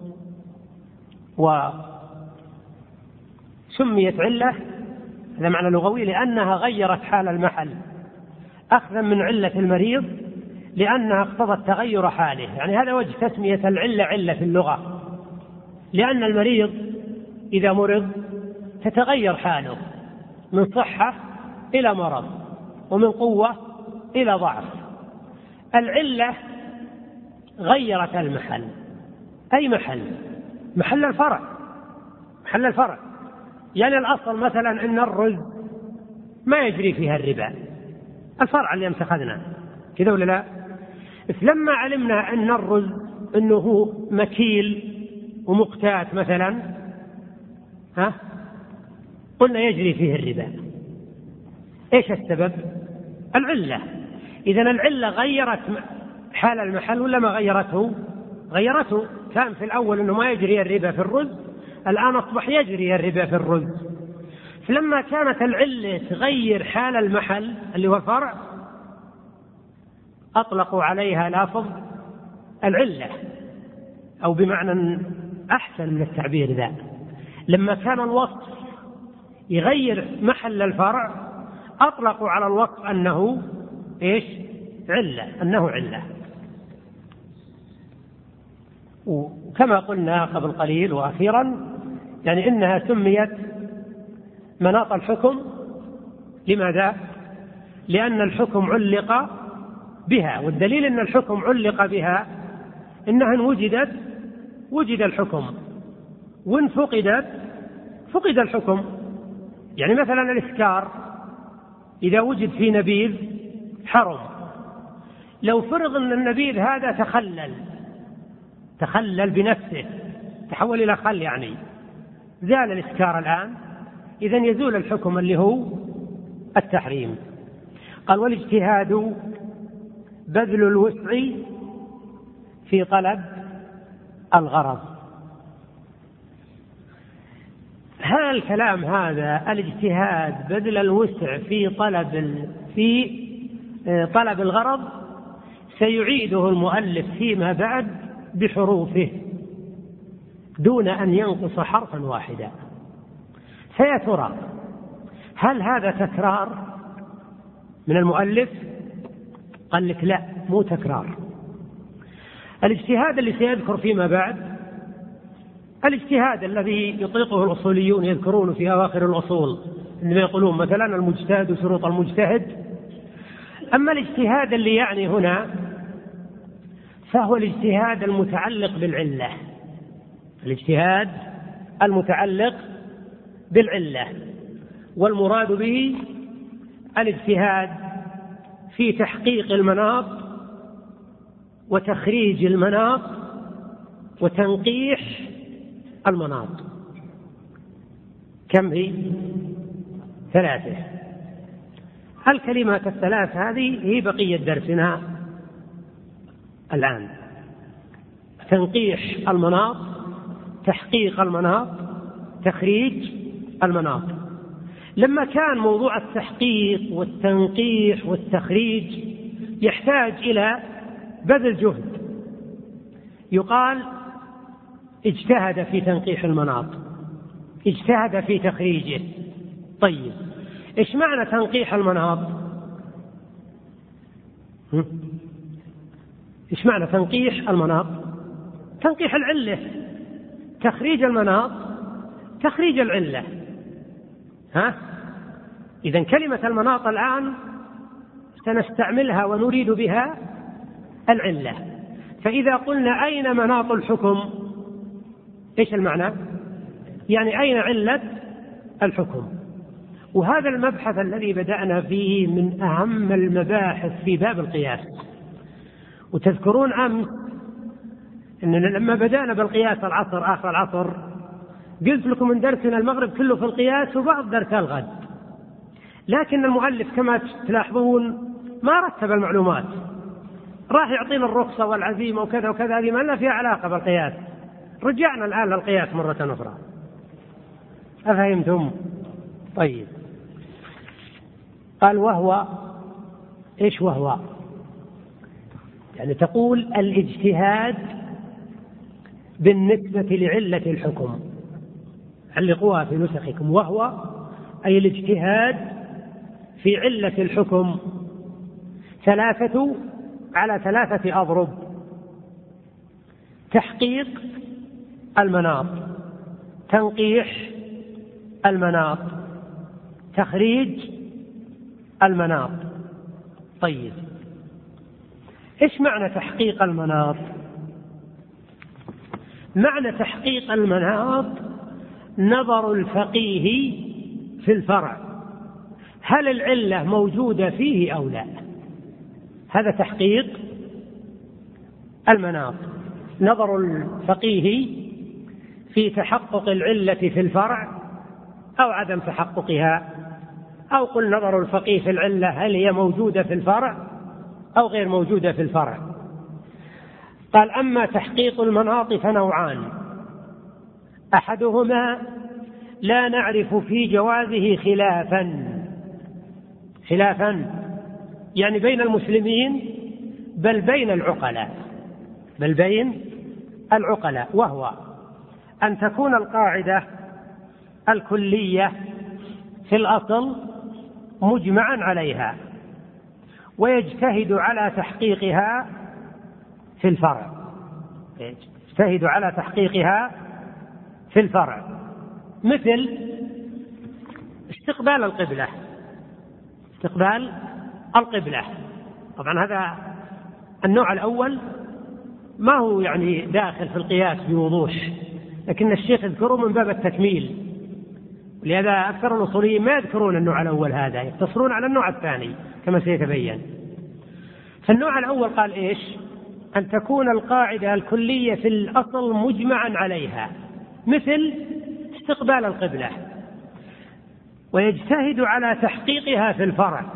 وسميت علة، هذا معنى لغوي، لأنها غيرت حال المحل أخذا من علة المريض، لأنها اقتضت تغير حاله. يعني هذا وجه تسمية العلة علة في اللغة، لأن المريض إذا مرض تتغير حاله من صحة إلى مرض، ومن قوة إلى ضعف. العلة غيرت المحل. أي محل؟ محل الفرع. محل الفرع يعني الأصل مثلا أن الرز ما يجري فيها الربا، الفرع اللي امتخذنا كذا ولا لا؟ لما علمنا أن الرز أنه هو مكيل ومقتات مثلا، قلنا يجري فيه الربا. إيش السبب؟ العلة. إذن العلة غيرت حال المحل ولا ما غيرته؟ غيرته. كان في الأول أنه ما يجري الربا في الرز، الآن أصبح يجري الربا في الرز. فلما كانت العلة تغير حال المحل اللي هو الفرع، أطلقوا عليها لفظ العلة، أو بمعنى أحسن من التعبير ذا، لما كان الوصف يغير محل الفرع أطلقوا على الوصف أنه إيش؟ علة، أنه علة. وكما قلنا قبل قليل وأخيرا، يعني إنها سميت مناط الحكم. لماذا؟ لأن الحكم علق بها، والدليل أن الحكم علق بها إنها إن وجدت وجد الحكم، وإن فقدت فقد الحكم. يعني مثلا الإسكار إذا وجد في نبيذ حرم، لو فرض أن النبيذ هذا تخلل بنفسه، تحول إلى خل، يعني زال الإسكار الآن، إذن يزول الحكم اللي هو التحريم. قال والاجتهاد بذل الوسع في طلب الغرض. هذا الكلام هذا الاجتهاد بذل الوسع في طلب الغرض سيعيده المؤلف فيما بعد بحروفه دون أن ينقص حرفا واحدا. فيا ترى هل هذا تكرار من المؤلف؟ قال لك لا، مو تكرار. الاجتهاد اللي سيذكر فيما بعد، الاجتهاد الذي يطلقه الأصوليون يذكرون في أواخر الأصول، عندما يقولون مثلا المجتهد وشروط المجتهد. أما الاجتهاد اللي يعني هنا فهو الاجتهاد المتعلق بالعلة، الاجتهاد المتعلق بالعلة، والمراد به الاجتهاد في تحقيق المناط وتخريج المناط وتنقيح المناط. كم هي؟ 3. الكلمات الثلاث هذه هي بقية درسنا الآن: تنقيح المناط، تحقيق المناط، تخريج المناط. لما كان موضوع التحقيق والتنقيح والتخريج يحتاج إلى بذل جهد، يقال اجتهد في تنقيح المناط، اجتهد في تخريجه. طيب إيش معنى تنقيح المناط؟ إيش معنى تنقيح المناط؟ تنقيح العلة. تخريج المناط تخريج العلة. إذن كلمة المناط الآن سنستعملها ونريد بها العلة. فإذا قلنا أين مناط الحكم، إيش المعنى؟ يعني أين علة الحكم؟ وهذا المبحث الذي بدأنا فيه من أهم المباحث في باب القياس. وتذكرون أمس أننا لما بدأنا بالقياس آخر العصر قلت لكم من درسنا المغرب كله في القياس وبعض درس الغد، لكن المؤلف كما تلاحظون ما رتب المعلومات، راح يعطينا الرخصة والعزيمة وكذا وكذا، هذه ما لها فيها علاقة بالقياس. رجعنا الآن للقياس مرة أخرى. أفهمتم؟ طيب. قال وهو، إيش وهو؟ يعني تقول الاجتهاد بالنسبة لعلة الحكم، علقوها في نسخكم. وهو أي الاجتهاد في علة الحكم على ثلاثة أضرب: تحقيق المناط، تنقيح المناط، تخريج المناط. طيب، إيش معنى تحقيق المناط؟ معنى تحقيق المناط نظر الفقيه في الفرع، هل العلة موجودة فيه أو لا. هذا تحقيق المناط، نظر الفقيه في تحقق العلة في الفرع أو عدم تحققها، أو قل نظر الفقيه في العلة هل هي موجودة في الفرع أو غير موجودة في الفرع. قال أما تحقيق المناط فنوعان: أحدهما لا نعرف في جوازه خلافا يعني بين المسلمين بل بين العقلاء، وهو أن تكون القاعدة الكلية في الأصل مجمعا عليها ويجتهد على تحقيقها في الفرع، مثل استقبال القبلة. طبعا هذا النوع الأول ما هو يعني داخل في القياس بوضوح، لكن الشيخ يذكره من باب التكميل، ولهذا أكثر الأصوليين ما يذكرون النوع الأول هذا، يقتصرون على النوع الثاني كما سيتبين. فالنوع الأول قال إيش؟ أن تكون القاعدة الكلية في الأصل مجمعا عليها، مثل استقبال القبلة، ويجتهد على تحقيقها في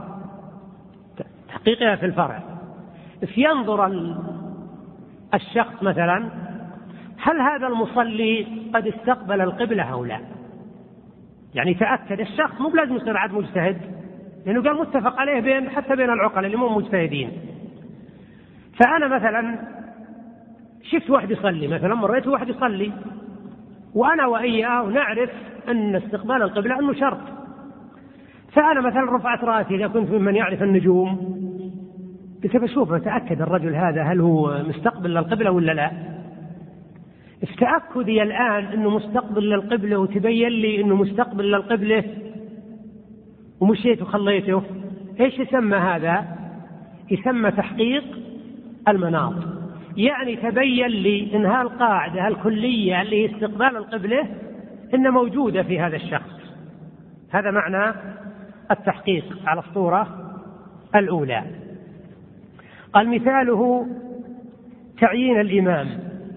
الفرع. فينظر الشخص مثلا هل هذا المصلي قد استقبل القبلة أو لا، يعني تأكد الشخص، مو لازم يصير عاد مجتهد، لأنه قال متفق عليه حتى بين العقلاء اللي مو مجتهدين. فأنا مثلا شفت واحد يصلي، مثلا مريت واحد يصلي وأنا وإياه نعرف أن استقبال القبلة أنه شرط، فأنا مثلا رفعت رأسي إذا كنت ممن يعرف النجوم، قلت بشوف أتأكد الرجل هذا هل هو مستقبل للقبلة ولا لا. في تأكدي الآن أنه مستقبل للقبلة وتبين لي أنه مستقبل للقبلة ومشيت وخليته، إيش يسمى هذا؟ يسمى تحقيق المناط. يعني تبين لي أن هالقاعدة الكلية اللي هي استقبال القبلة إن موجودة في هذا الشخص. هذا معنى التحقيق على الصورة الأولى. قال مثاله تعيين الإمام،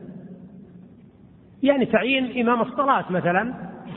يعني تعيين إمام الصلاة مثلا.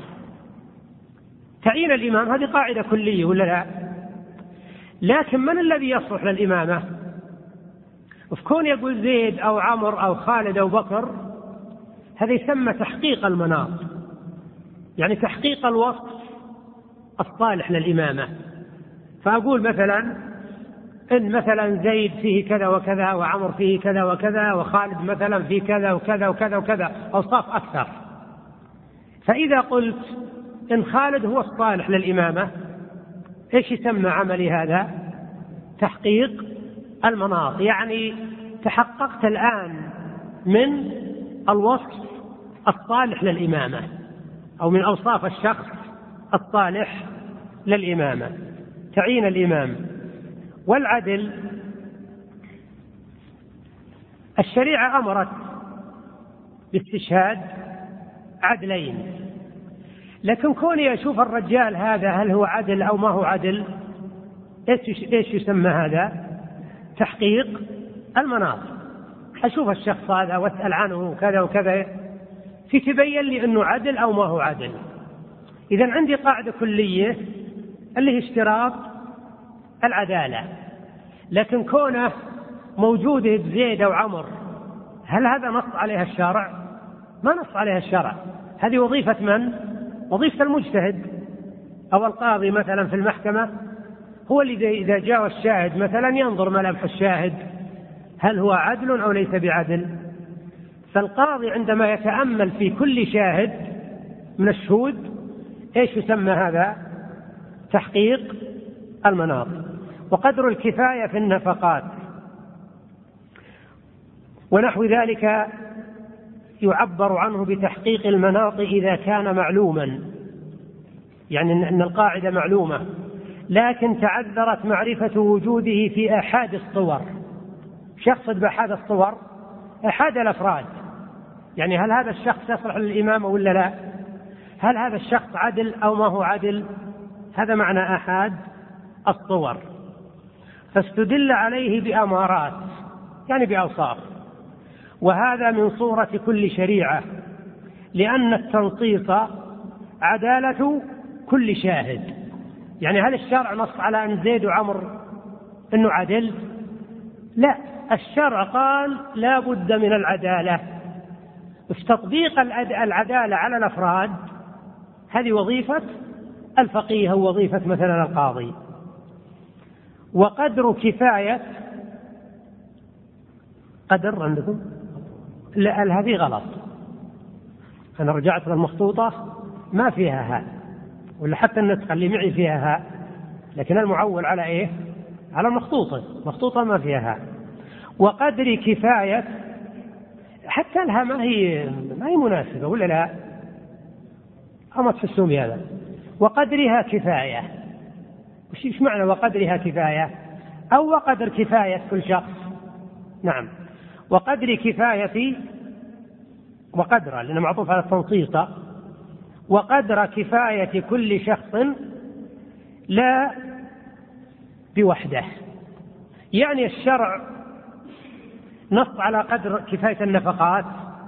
تعيين الإمام هذه قاعدة كلية ولا لا؟ لكن من الذي يصلح للإمامة؟ وفي كون يقول زيد أو عمر أو خالد أو بكر، هذا يسمى تحقيق المناط، يعني تحقيق الوصف الصالح للإمامة. فأقول مثلا إن مثلا زيد فيه كذا وكذا، وعمر فيه كذا وكذا، وخالد مثلا فيه كذا وكذا وكذا وكذا، أوصاف أكثر. فإذا قلت إن خالد هو الصالح للإمامة، إيش يسمى عملي هذا؟ تحقيق المناط، يعني تحققت الآن من الوصف الصالح للإمامة أو من أوصاف الشخص الصالح للإمامة. تعيين الإمام. والعدل، الشريعة أمرت باستشهاد عدلين، لكن كوني أشوف الرجال هذا هل هو عدل أو ما هو عدل، إيش يسمى هذا؟ تحقيق المناط. أشوف الشخص هذا وأسأل عنه كذا وكذا في تبين لي أنه عدل أو ما هو عدل. إذن عندي قاعدة كلية اللي هي اشتراط العدالة، لكن كونه موجودة بزيد أو عمر هل هذا نص عليها الشرع؟ ما نص عليها الشرع. هذه وظيفة من؟ وظيفة المجتهد أو القاضي مثلا في المحكمة، هو اللي إذا جاء الشاهد مثلا ينظر ملامح الشاهد هل هو عدل أو ليس بعدل. فالقاضي عندما يتأمل في كل شاهد من الشهود إيش يسمى هذا؟ تحقيق المناط. وقدر الكفاية في النفقات ونحو ذلك يعبر عنه بتحقيق المناط إذا كان معلوما، يعني أن القاعدة معلومة لكن تعذرت معرفة وجوده في أحد الصور. شخص بأحد الصور، أحد الأفراد، يعني هل هذا الشخص يصلح للإمامة ولا لا؟ هل هذا الشخص عدل أو ما هو عدل؟ هذا معنى أحد الصور. فاستدل عليه بأمارات يعني بأوصاف، وهذا من صورة كل شريعة، لأن التنصيص عدالة كل شاهد. يعني هل الشرع نص على أن زيد وعمر أنه عدل؟ لا، الشرع قال لا بد من العدالة. في تطبيق العدالة على الأفراد هذه وظيفة الفقيه ووظيفة مثلا القاضي. وقدر كفاية، قدر عندكم؟ لا، هذه غلط. أنا رجعت للمخطوطة ما فيها هاء، ولا حتى النسخة اللي معي فيها هاء، لكن المعول على إيه؟ على مخطوطة ما فيها هاء. وقدر كفاية حتى لها ما هي مناسبة ولا لا؟ أما تحسون بهذا. وقدرها كفاية، وش معنى وقدرها كفاية؟ أو وقدر كفاية كل شخص. نعم، وقدر كفاية، وقدر لأنه معطوف على التنصيص، وقدر كفاية كل شخص لا بوحده. يعني الشرع نص على قدر كفاية النفقات،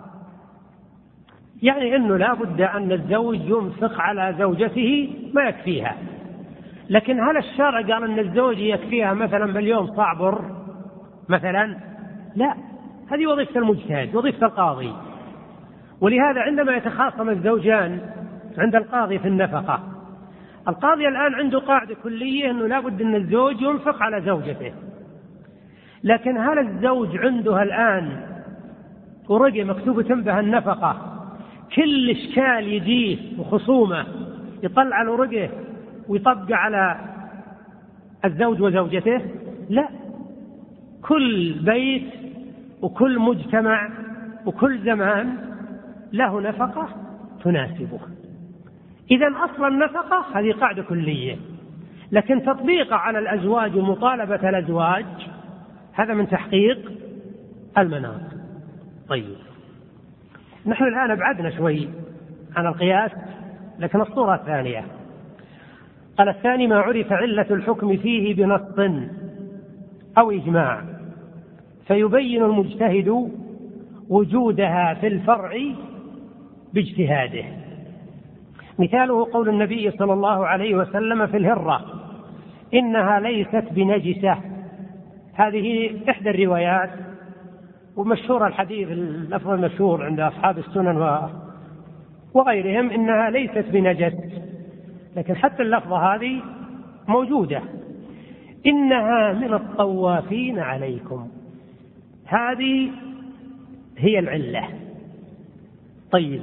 يعني أنه لا بد أن الزوج ينفق على زوجته ما يكفيها. لكن هل الشرع قال أن الزوج يكفيها مثلا باليوم صاع بر مثلا؟ لا، هذه وظيفة المجتهد، وظيفة القاضي. ولهذا عندما يتخاصم الزوجان عند القاضي في النفقة، القاضي الآن عنده قاعدة كلية أنه لا بد أن الزوج ينفق على زوجته. لكن هل الزوج عنده الآن ورقة مكتوبة بها النفقة كل إشكال يجيه وخصومة يطلع الورقة ويطبق على الزوج وزوجته؟ لا، كل بيت وكل مجتمع وكل زمان له نفقة تناسبه. إذن أصل النفقة هذه قاعدة كلية، لكن تطبيقها على الأزواج ومطالبة الأزواج هذا من تحقيق المناط. طيب، نحن الآن ابعدنا شوي عن القياس، لكن الصورة الثانية قال الثاني ما عرف علة الحكم فيه بنص أو إجماع فيبين المجتهد وجودها في الفرع باجتهاده. مثاله قول النبي صلى الله عليه وسلم في الهرة إنها ليست بنجسة. هذه إحدى الروايات، ومشهور الحديث اللفظ المشهور عند أصحاب السنن وغيرهم إنها ليست بنجس، لكن حتى اللفظة هذه موجودة. إنها من الطوافين عليكم، هذه هي العلة. طيب،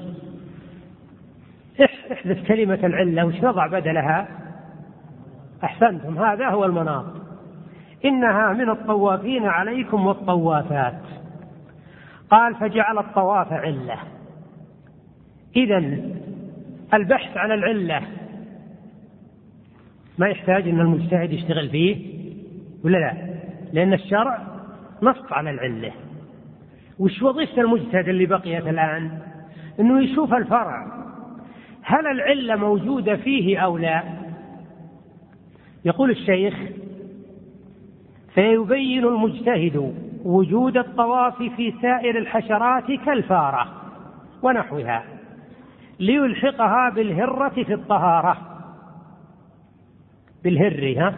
احذف كلمة العلة وش نضع بدلها؟ أحسنتم، هذا هو المناط. إنها من الطوافين عليكم والطوافات. قال فجعل الطواف علة. إذن البحث عن العلة ما يحتاج أن المجتهد يشتغل فيه ولا لا؟ لأن الشرع نص على العلة. وش وظيفة المجتهد اللي بقيت الآن؟ أنه يشوف الفرع، هل العلة موجودة فيه أو لا؟ يقول الشيخ: فيبين المجتهد وجود الطواف في سائر الحشرات كالفارة ونحوها ليلحقها بالهرة في الطهارة. بالهر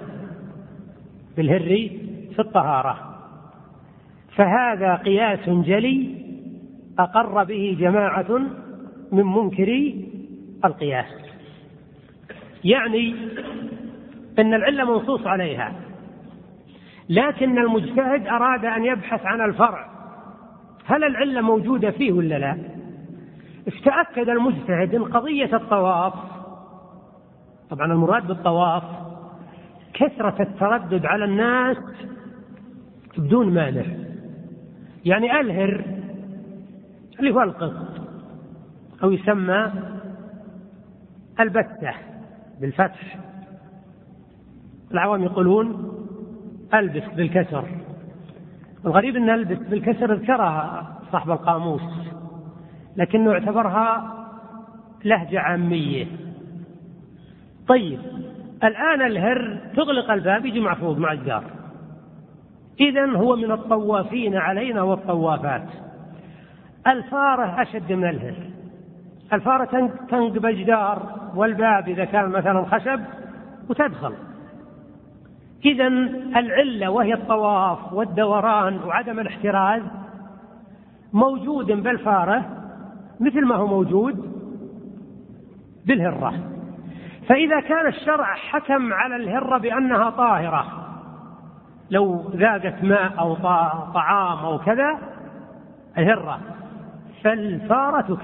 في الطهارة، فهذا قياس جلي أقر به جماعة من منكري القياس. يعني أن العلة منصوص عليها، لكن المجتهد أراد أن يبحث عن الفرع، هل العلة موجودة فيه ولا لا؟ استأكد المجتهد أن قضية الطواف، طبعا المراد بالطواف كثرة التردد على الناس بدون مانع. يعني الهر اللي هو القط، أو يسمى البتة بالفتح، العوام يقولون ألبس بالكسر. الغريب أن ألبس بالكسر ذكرها صاحب القاموس، لكنه اعتبرها لهجة عامية. طيب الآن الهر تغلق الباب يجي محفوظ مع الجار، إذن هو من الطوافين علينا والطوافات. الفارة أشد من الهر، الفارة تنقب جدار والباب إذا كان مثلا خشب وتدخل. إذن العلة وهي الطواف والدوران وعدم الاحتراز موجود بالفارة مثل ما هو موجود بالهرة. فإذا كان الشرع حكم على الهرة بأنها طاهرة لو ذاقت ماء أو طعام أو كذا الهرة، فالفارة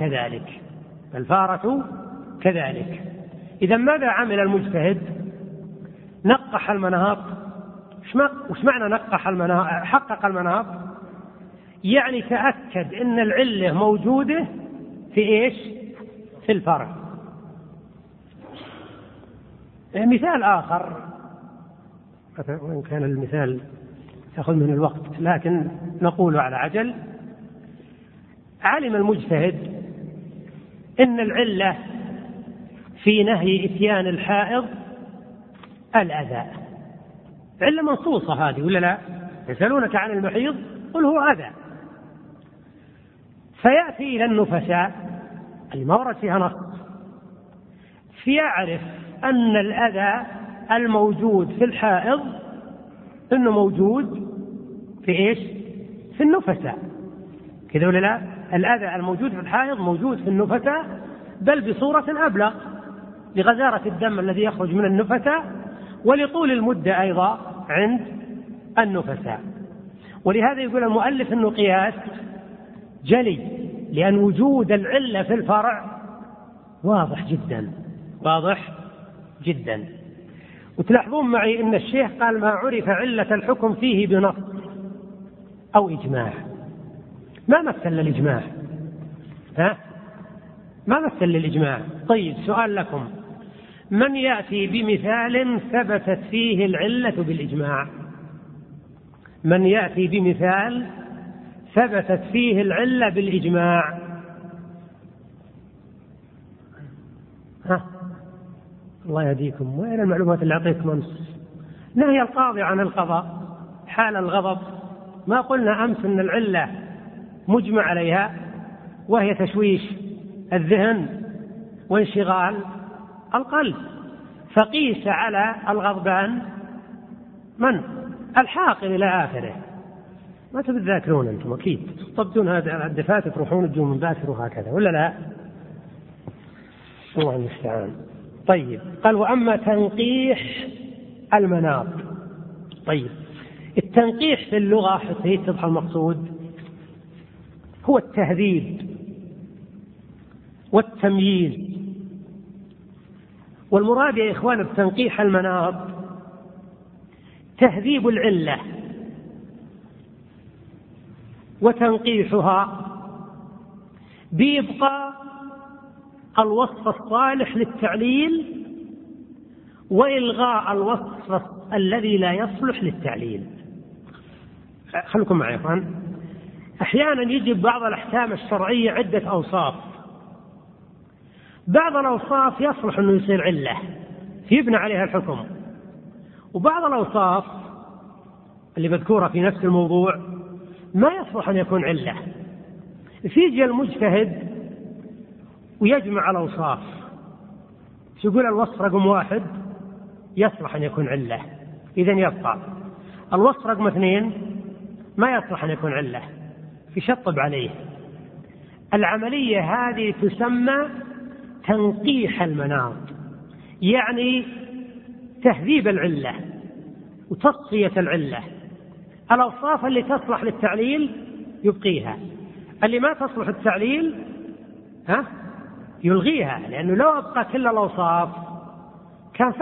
كذلك. إذا ماذا عمل المجتهد؟ نقح المناط. وش معنى نقح المناط؟ حقق المناط، يعني تأكد أن العلة موجودة في إيش؟ في الفرع. مثال آخر، وإن كان المثال يأخذ من الوقت لكن نقوله على عجل. علم المجتهد أن العلة في نهي إتيان الحائض الأذى، علة منصوصة هذه ولا لا؟ يسألونك عن المحيض قل هو أذى. فيأتي إلى النفساء اللي ما ورد فيها نص، فيعرف أن الأذى الموجود في الحائض أنه موجود في إيش؟ في النفساء، كذا ولا لا؟ الأذى الموجود في الحائض موجود في النفساء، بل بصورة أبلغ لغزارة الدم الذي يخرج من النفساء ولطول المدة أيضا عند النفساء. ولهذا يقول المؤلف أنه قياس جلي، لأن وجود العلة في الفرع واضح جدا. وتلاحظون معي أن الشيخ قال ما عرف علة الحكم فيه بنص أو إجماع، ما مثل الإجماع، ما مثل الإجماع. طيب سؤال لكم، من يأتي بمثال ثبتت فيه العلة بالإجماع؟ من يأتي بمثال ثبتت فيه العلة بالإجماع؟ الله يهديكم، وين المعلومات اللي أعطيكم أمس؟ نهي القاضي عن القضاء حال الغضب، ما قلنا أمس أن العلة مجمع عليها وهي تشويش الذهن وانشغال القلب، فقيس على الغضبان من؟ الحاقل إلى آخره. ما تذاكرون أنتم أكيد، تطبطون هذا الدفاتر تروحون الجمعة باكر وهكذا ولا لا؟ الله المستعان. طيب قال وأما تنقيح المناط. طيب التنقيح في اللغة حتى يتضح المقصود هو التهذيب والتمييز. والمراد يا إخوان بتنقيح المناط تهذيب العلة وتنقيحها بإبقاء الوصف الصالح للتعليل وإلغاء الوصف الذي لا يصلح للتعليل. خلكم معي يا إخوان، أحيانا يجب بعض الأحكام الشرعية عدة أوصاف، بعض الأوصاف يصلح أنه يصير علة يبنى عليها الحكم، وبعض الأوصاف اللي مذكورة في نفس الموضوع ما يصلح أن يكون علة. فيجي المجتهد ويجمع الأوصاف، يقول الوصف رقم 1 يصلح أن يكون علة، إذن يبقى الوصف رقم 2 ما يصلح أن يكون علة، يشطب عليه. العملية هذه تسمى تنقيح المناط، يعني تهذيب العلة وتصفية العلة. الأوصاف اللي تصلح للتعليل يبقيها، اللي ما تصلح التعليل يلغيها، لأنه لو أبقى كل الأوصاف كان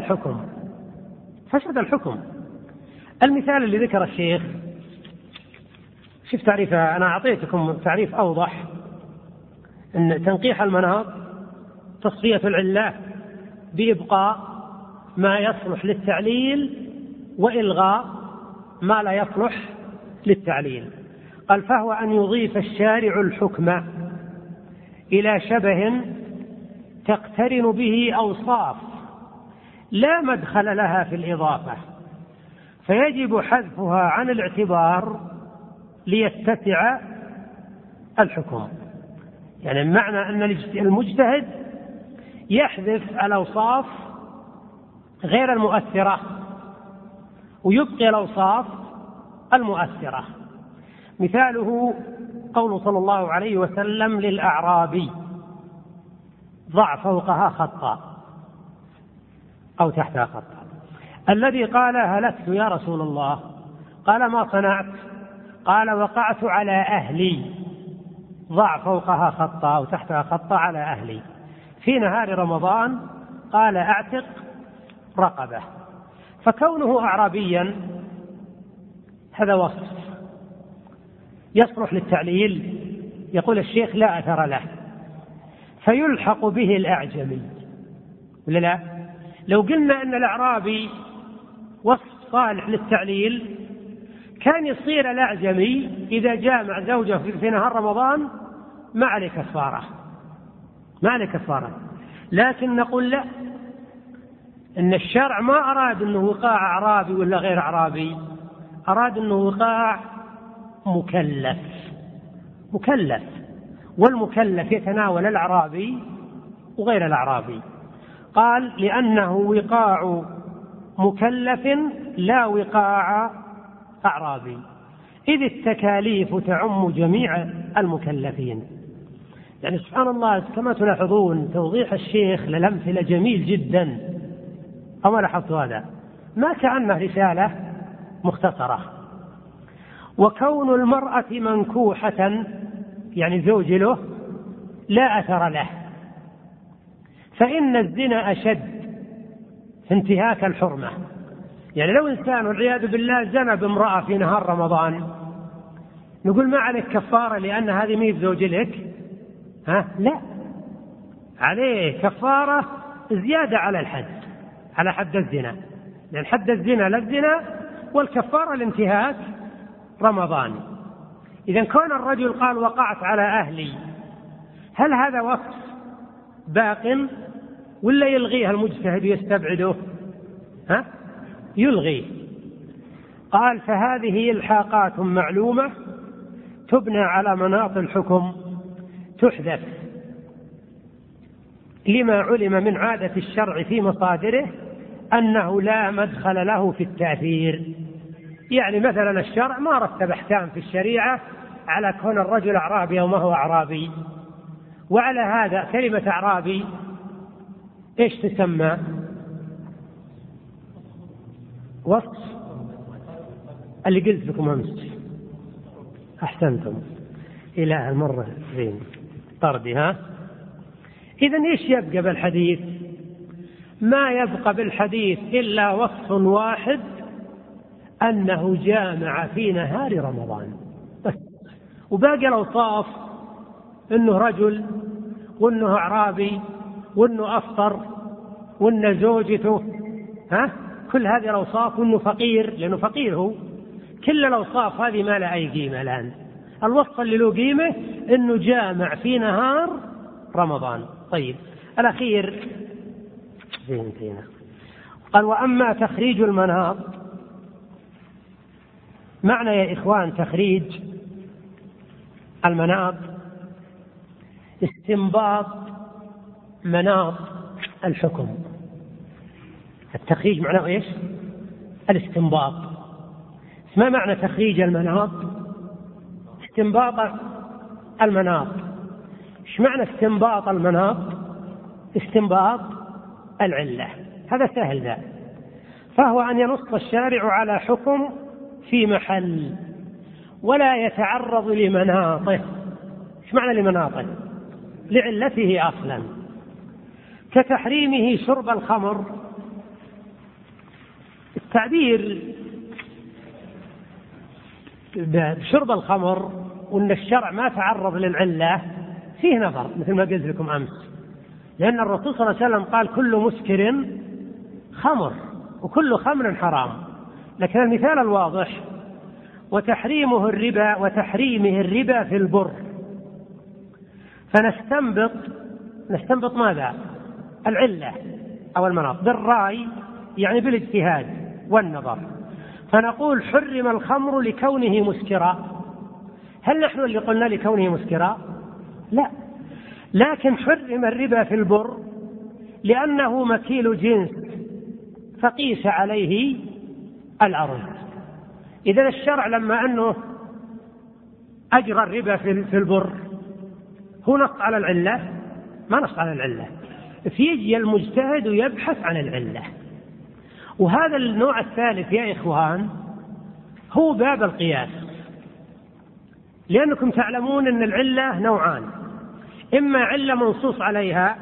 فسد الحكم. المثال اللي ذكر الشيخ، شوف تعريفه، أنا أعطيتكم تعريف أوضح، أن تنقيح المناط تصفية العلة بإبقاء ما يصلح للتعليل وإلغاء ما لا يصلح للتعليل. قال فهو أن يضيف الشارع الحكم إلى شبه تقترن به أوصاف لا مدخل لها في الإضافة، فيجب حذفها عن الاعتبار ليتسع الحكم. يعني معنى أن المجتهد يحذف الأوصاف غير المؤثرة ويبقي الأوصاف المؤثرة. مثاله قول صلى الله عليه وسلم للأعرابي: ضع فوقها خطا أو تحتها خطا. الذي قال: هلكت يا رسول الله. قال: ما صنعت؟ قال: وقعت على أهلي. ضع فوقها خطا أو تحتها خطا على أهلي. في نهار رمضان قال: أعتق رقبة. فكونه أعرابيا هذا وصف يصلح للتعليل، يقول الشيخ لا أثر له، فيلحق به الأعجمي، ولا لا؟ لو قلنا أن الأعرابي وصف صالح للتعليل كان يصير الأعجمي إذا جامع زوجه في نهار رمضان ما عليه كفارة. لكن نقول لا، إن الشرع ما أراد أنه وقاع أعرابي ولا غير أعرابي، أراد أنه وقاع مكلف، والمكلف يتناول الأعرابي وغير الأعرابي. قال: لأنه وقاع مكلف لا وقاع أعرابي، إذ التكاليف تعم جميع المكلفين. يعني سبحان الله، كما تلاحظون توضيح الشيخ للأمثلة جميل جدا، أما لاحظت هذا؟ ما كأنه رسالة مختصرة. وكون المرأة منكوحة يعني زوج له لا أثر له، فإن الزنا أشد في انتهاك الحرمة. يعني لو إنسان والعياذ بالله زنى بامرأة في نهار رمضان، نقول ما عليك كفارة لأن هذه ميت زوج لك؟ لا، عليه كفارة زيادة على الحد، على حد الزنا، لأن حد الزنا للزنا والكفارة لانتهاك رمضان. إذا كون الرجل قال: وقعت على أهلي، هل هذا وصف باق ولا يلغيها المجتهد ويستبعده؟ يلغي. قال: فهذه إلحاقات معلومة تبنى على مناط الحكم، تحذف لما علم من عادة الشرع في مصادره أنه لا مدخل له في التأثير. يعني مثلا الشرع ما رتب أحكام في الشريعة على كون الرجل أعرابي أو ما هو أعرابي، وعلى هذا كلمة أعرابي إيش تسمى؟ وصف، اللي قلت لكم أمس، أحسنتم إلى المرة زين طردها. إذن إيش يبقى بالحديث؟ ما يبقى بالحديث إلا وصف واحد، أنه جامع في نهار رمضان بس، وباقي الأوصاف أنه رجل، وأنه أعرابي، وأنه أفطر، وأنه زوجته، كل هذه الأوصاف، وأنه فقير لأنه فقير هو. كل الأوصاف هذه ما لها أي قيمة الآن. الوصف اللي له قيمة أنه جامع في نهار رمضان. طيب، الأخير قال: وأما تخريج المناط، معنى يا إخوان تخريج المناط استنباط مناط الحكم. التخريج معناه إيش؟ الاستنباط. ما معنى تخريج المناط؟ استنباط المناط. ايش معنى استنباط المناط؟ استنباط العلة. هذا سهل ذا. فهو أن ينص الشارع على حكم في محل ولا يتعرض لمناطه. ايش معنى لمناطه؟ لعلته أصلا، كتحريمه شرب الخمر. التعبير بشرب الخمر وأن الشرع ما تعرض للعلة فيه نظر، مثل ما قلت لكم أمس، لأن الرسول صلى الله عليه وسلم قال: كل مسكر خمر وكل خمر حرام. لكن المثال الواضح: وتحريمه الربا في البر. فنستنبط ماذا؟ العلة أو المناط بالرأي، يعني بالاجتهاد والنظر. فنقول: حرم الخمر لكونه مسكرا. هل نحن اللي قلنا لكونه مسكرا؟ لا، لكن حرم الربا في البر لأنه مكيل جنس فقيس عليه العرض. إذن الشرع لما أنه أجرى الربا في البر هو نص على العلة؟ ما نص على العلة. فيجي المجتهد يبحث عن العلة. وهذا النوع الثالث يا إخوان هو باب القياس، لأنكم تعلمون أن العلة نوعان: إما علة منصوص عليها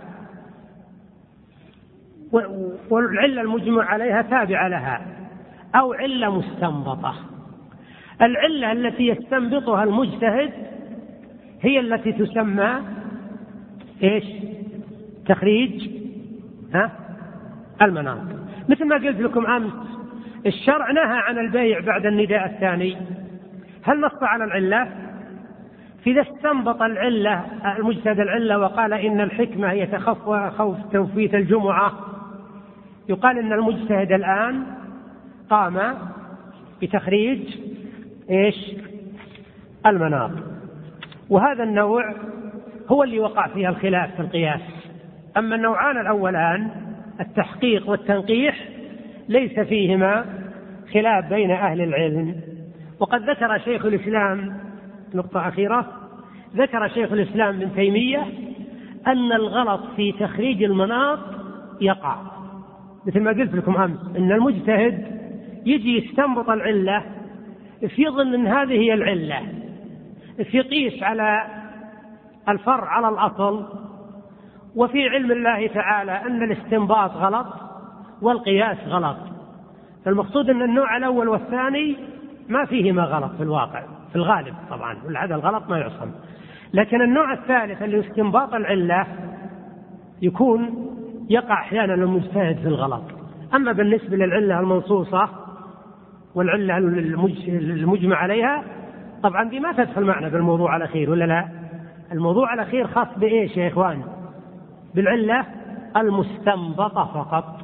والعلة المجمع عليها تابعة لها، أو علة مستنبطة. العلة التي يستنبطها المجتهد هي التي تسمى إيش؟ تخريج المناط. مثل ما قلت لكم أمس، الشرع نهى عن البيع بعد النداء الثاني. هل نص على العلة؟ فإذا استنبط العلة المجتهد العلة وقال إن الحكمة هي خوف توفيت الجمعة، يقال إن المجتهد الآن قام بتخريج إيش؟ المناط. وهذا النوع هو اللي وقع فيها الخلاف في القياس. أما النوعان الأولان التحقيق والتنقيح ليس فيهما خلاف بين أهل العلم. وقد ذكر شيخ الإسلام، نقطة أخيرة، ذكر شيخ الإسلام ابن تيمية أن الغلط في تخريج المناط يقع، مثل ما قلت لكم أمس، أن المجتهد يجي يستنبط العلة في ظن أن هذه هي العلة، يقيس على الفرع على الأصل، وفي علم الله تعالى أن الاستنباط غلط والقياس غلط. فالمقصود أن النوع الأول والثاني ما فيهما غلط في الواقع، في الغالب طبعا، والعادة الغلط ما يعصم. لكن النوع الثالث اللي استنباط العلة يقع أحيانا المجتهد في الغلط. أما بالنسبة للعلة المنصوصة والعلة المجمع عليها، طبعا دي ما تدخل معنا بالموضوع الأخير، ولا لا؟ الموضوع الأخير خاص بإيش يا إخوان؟ بالعلة المستنبطة فقط.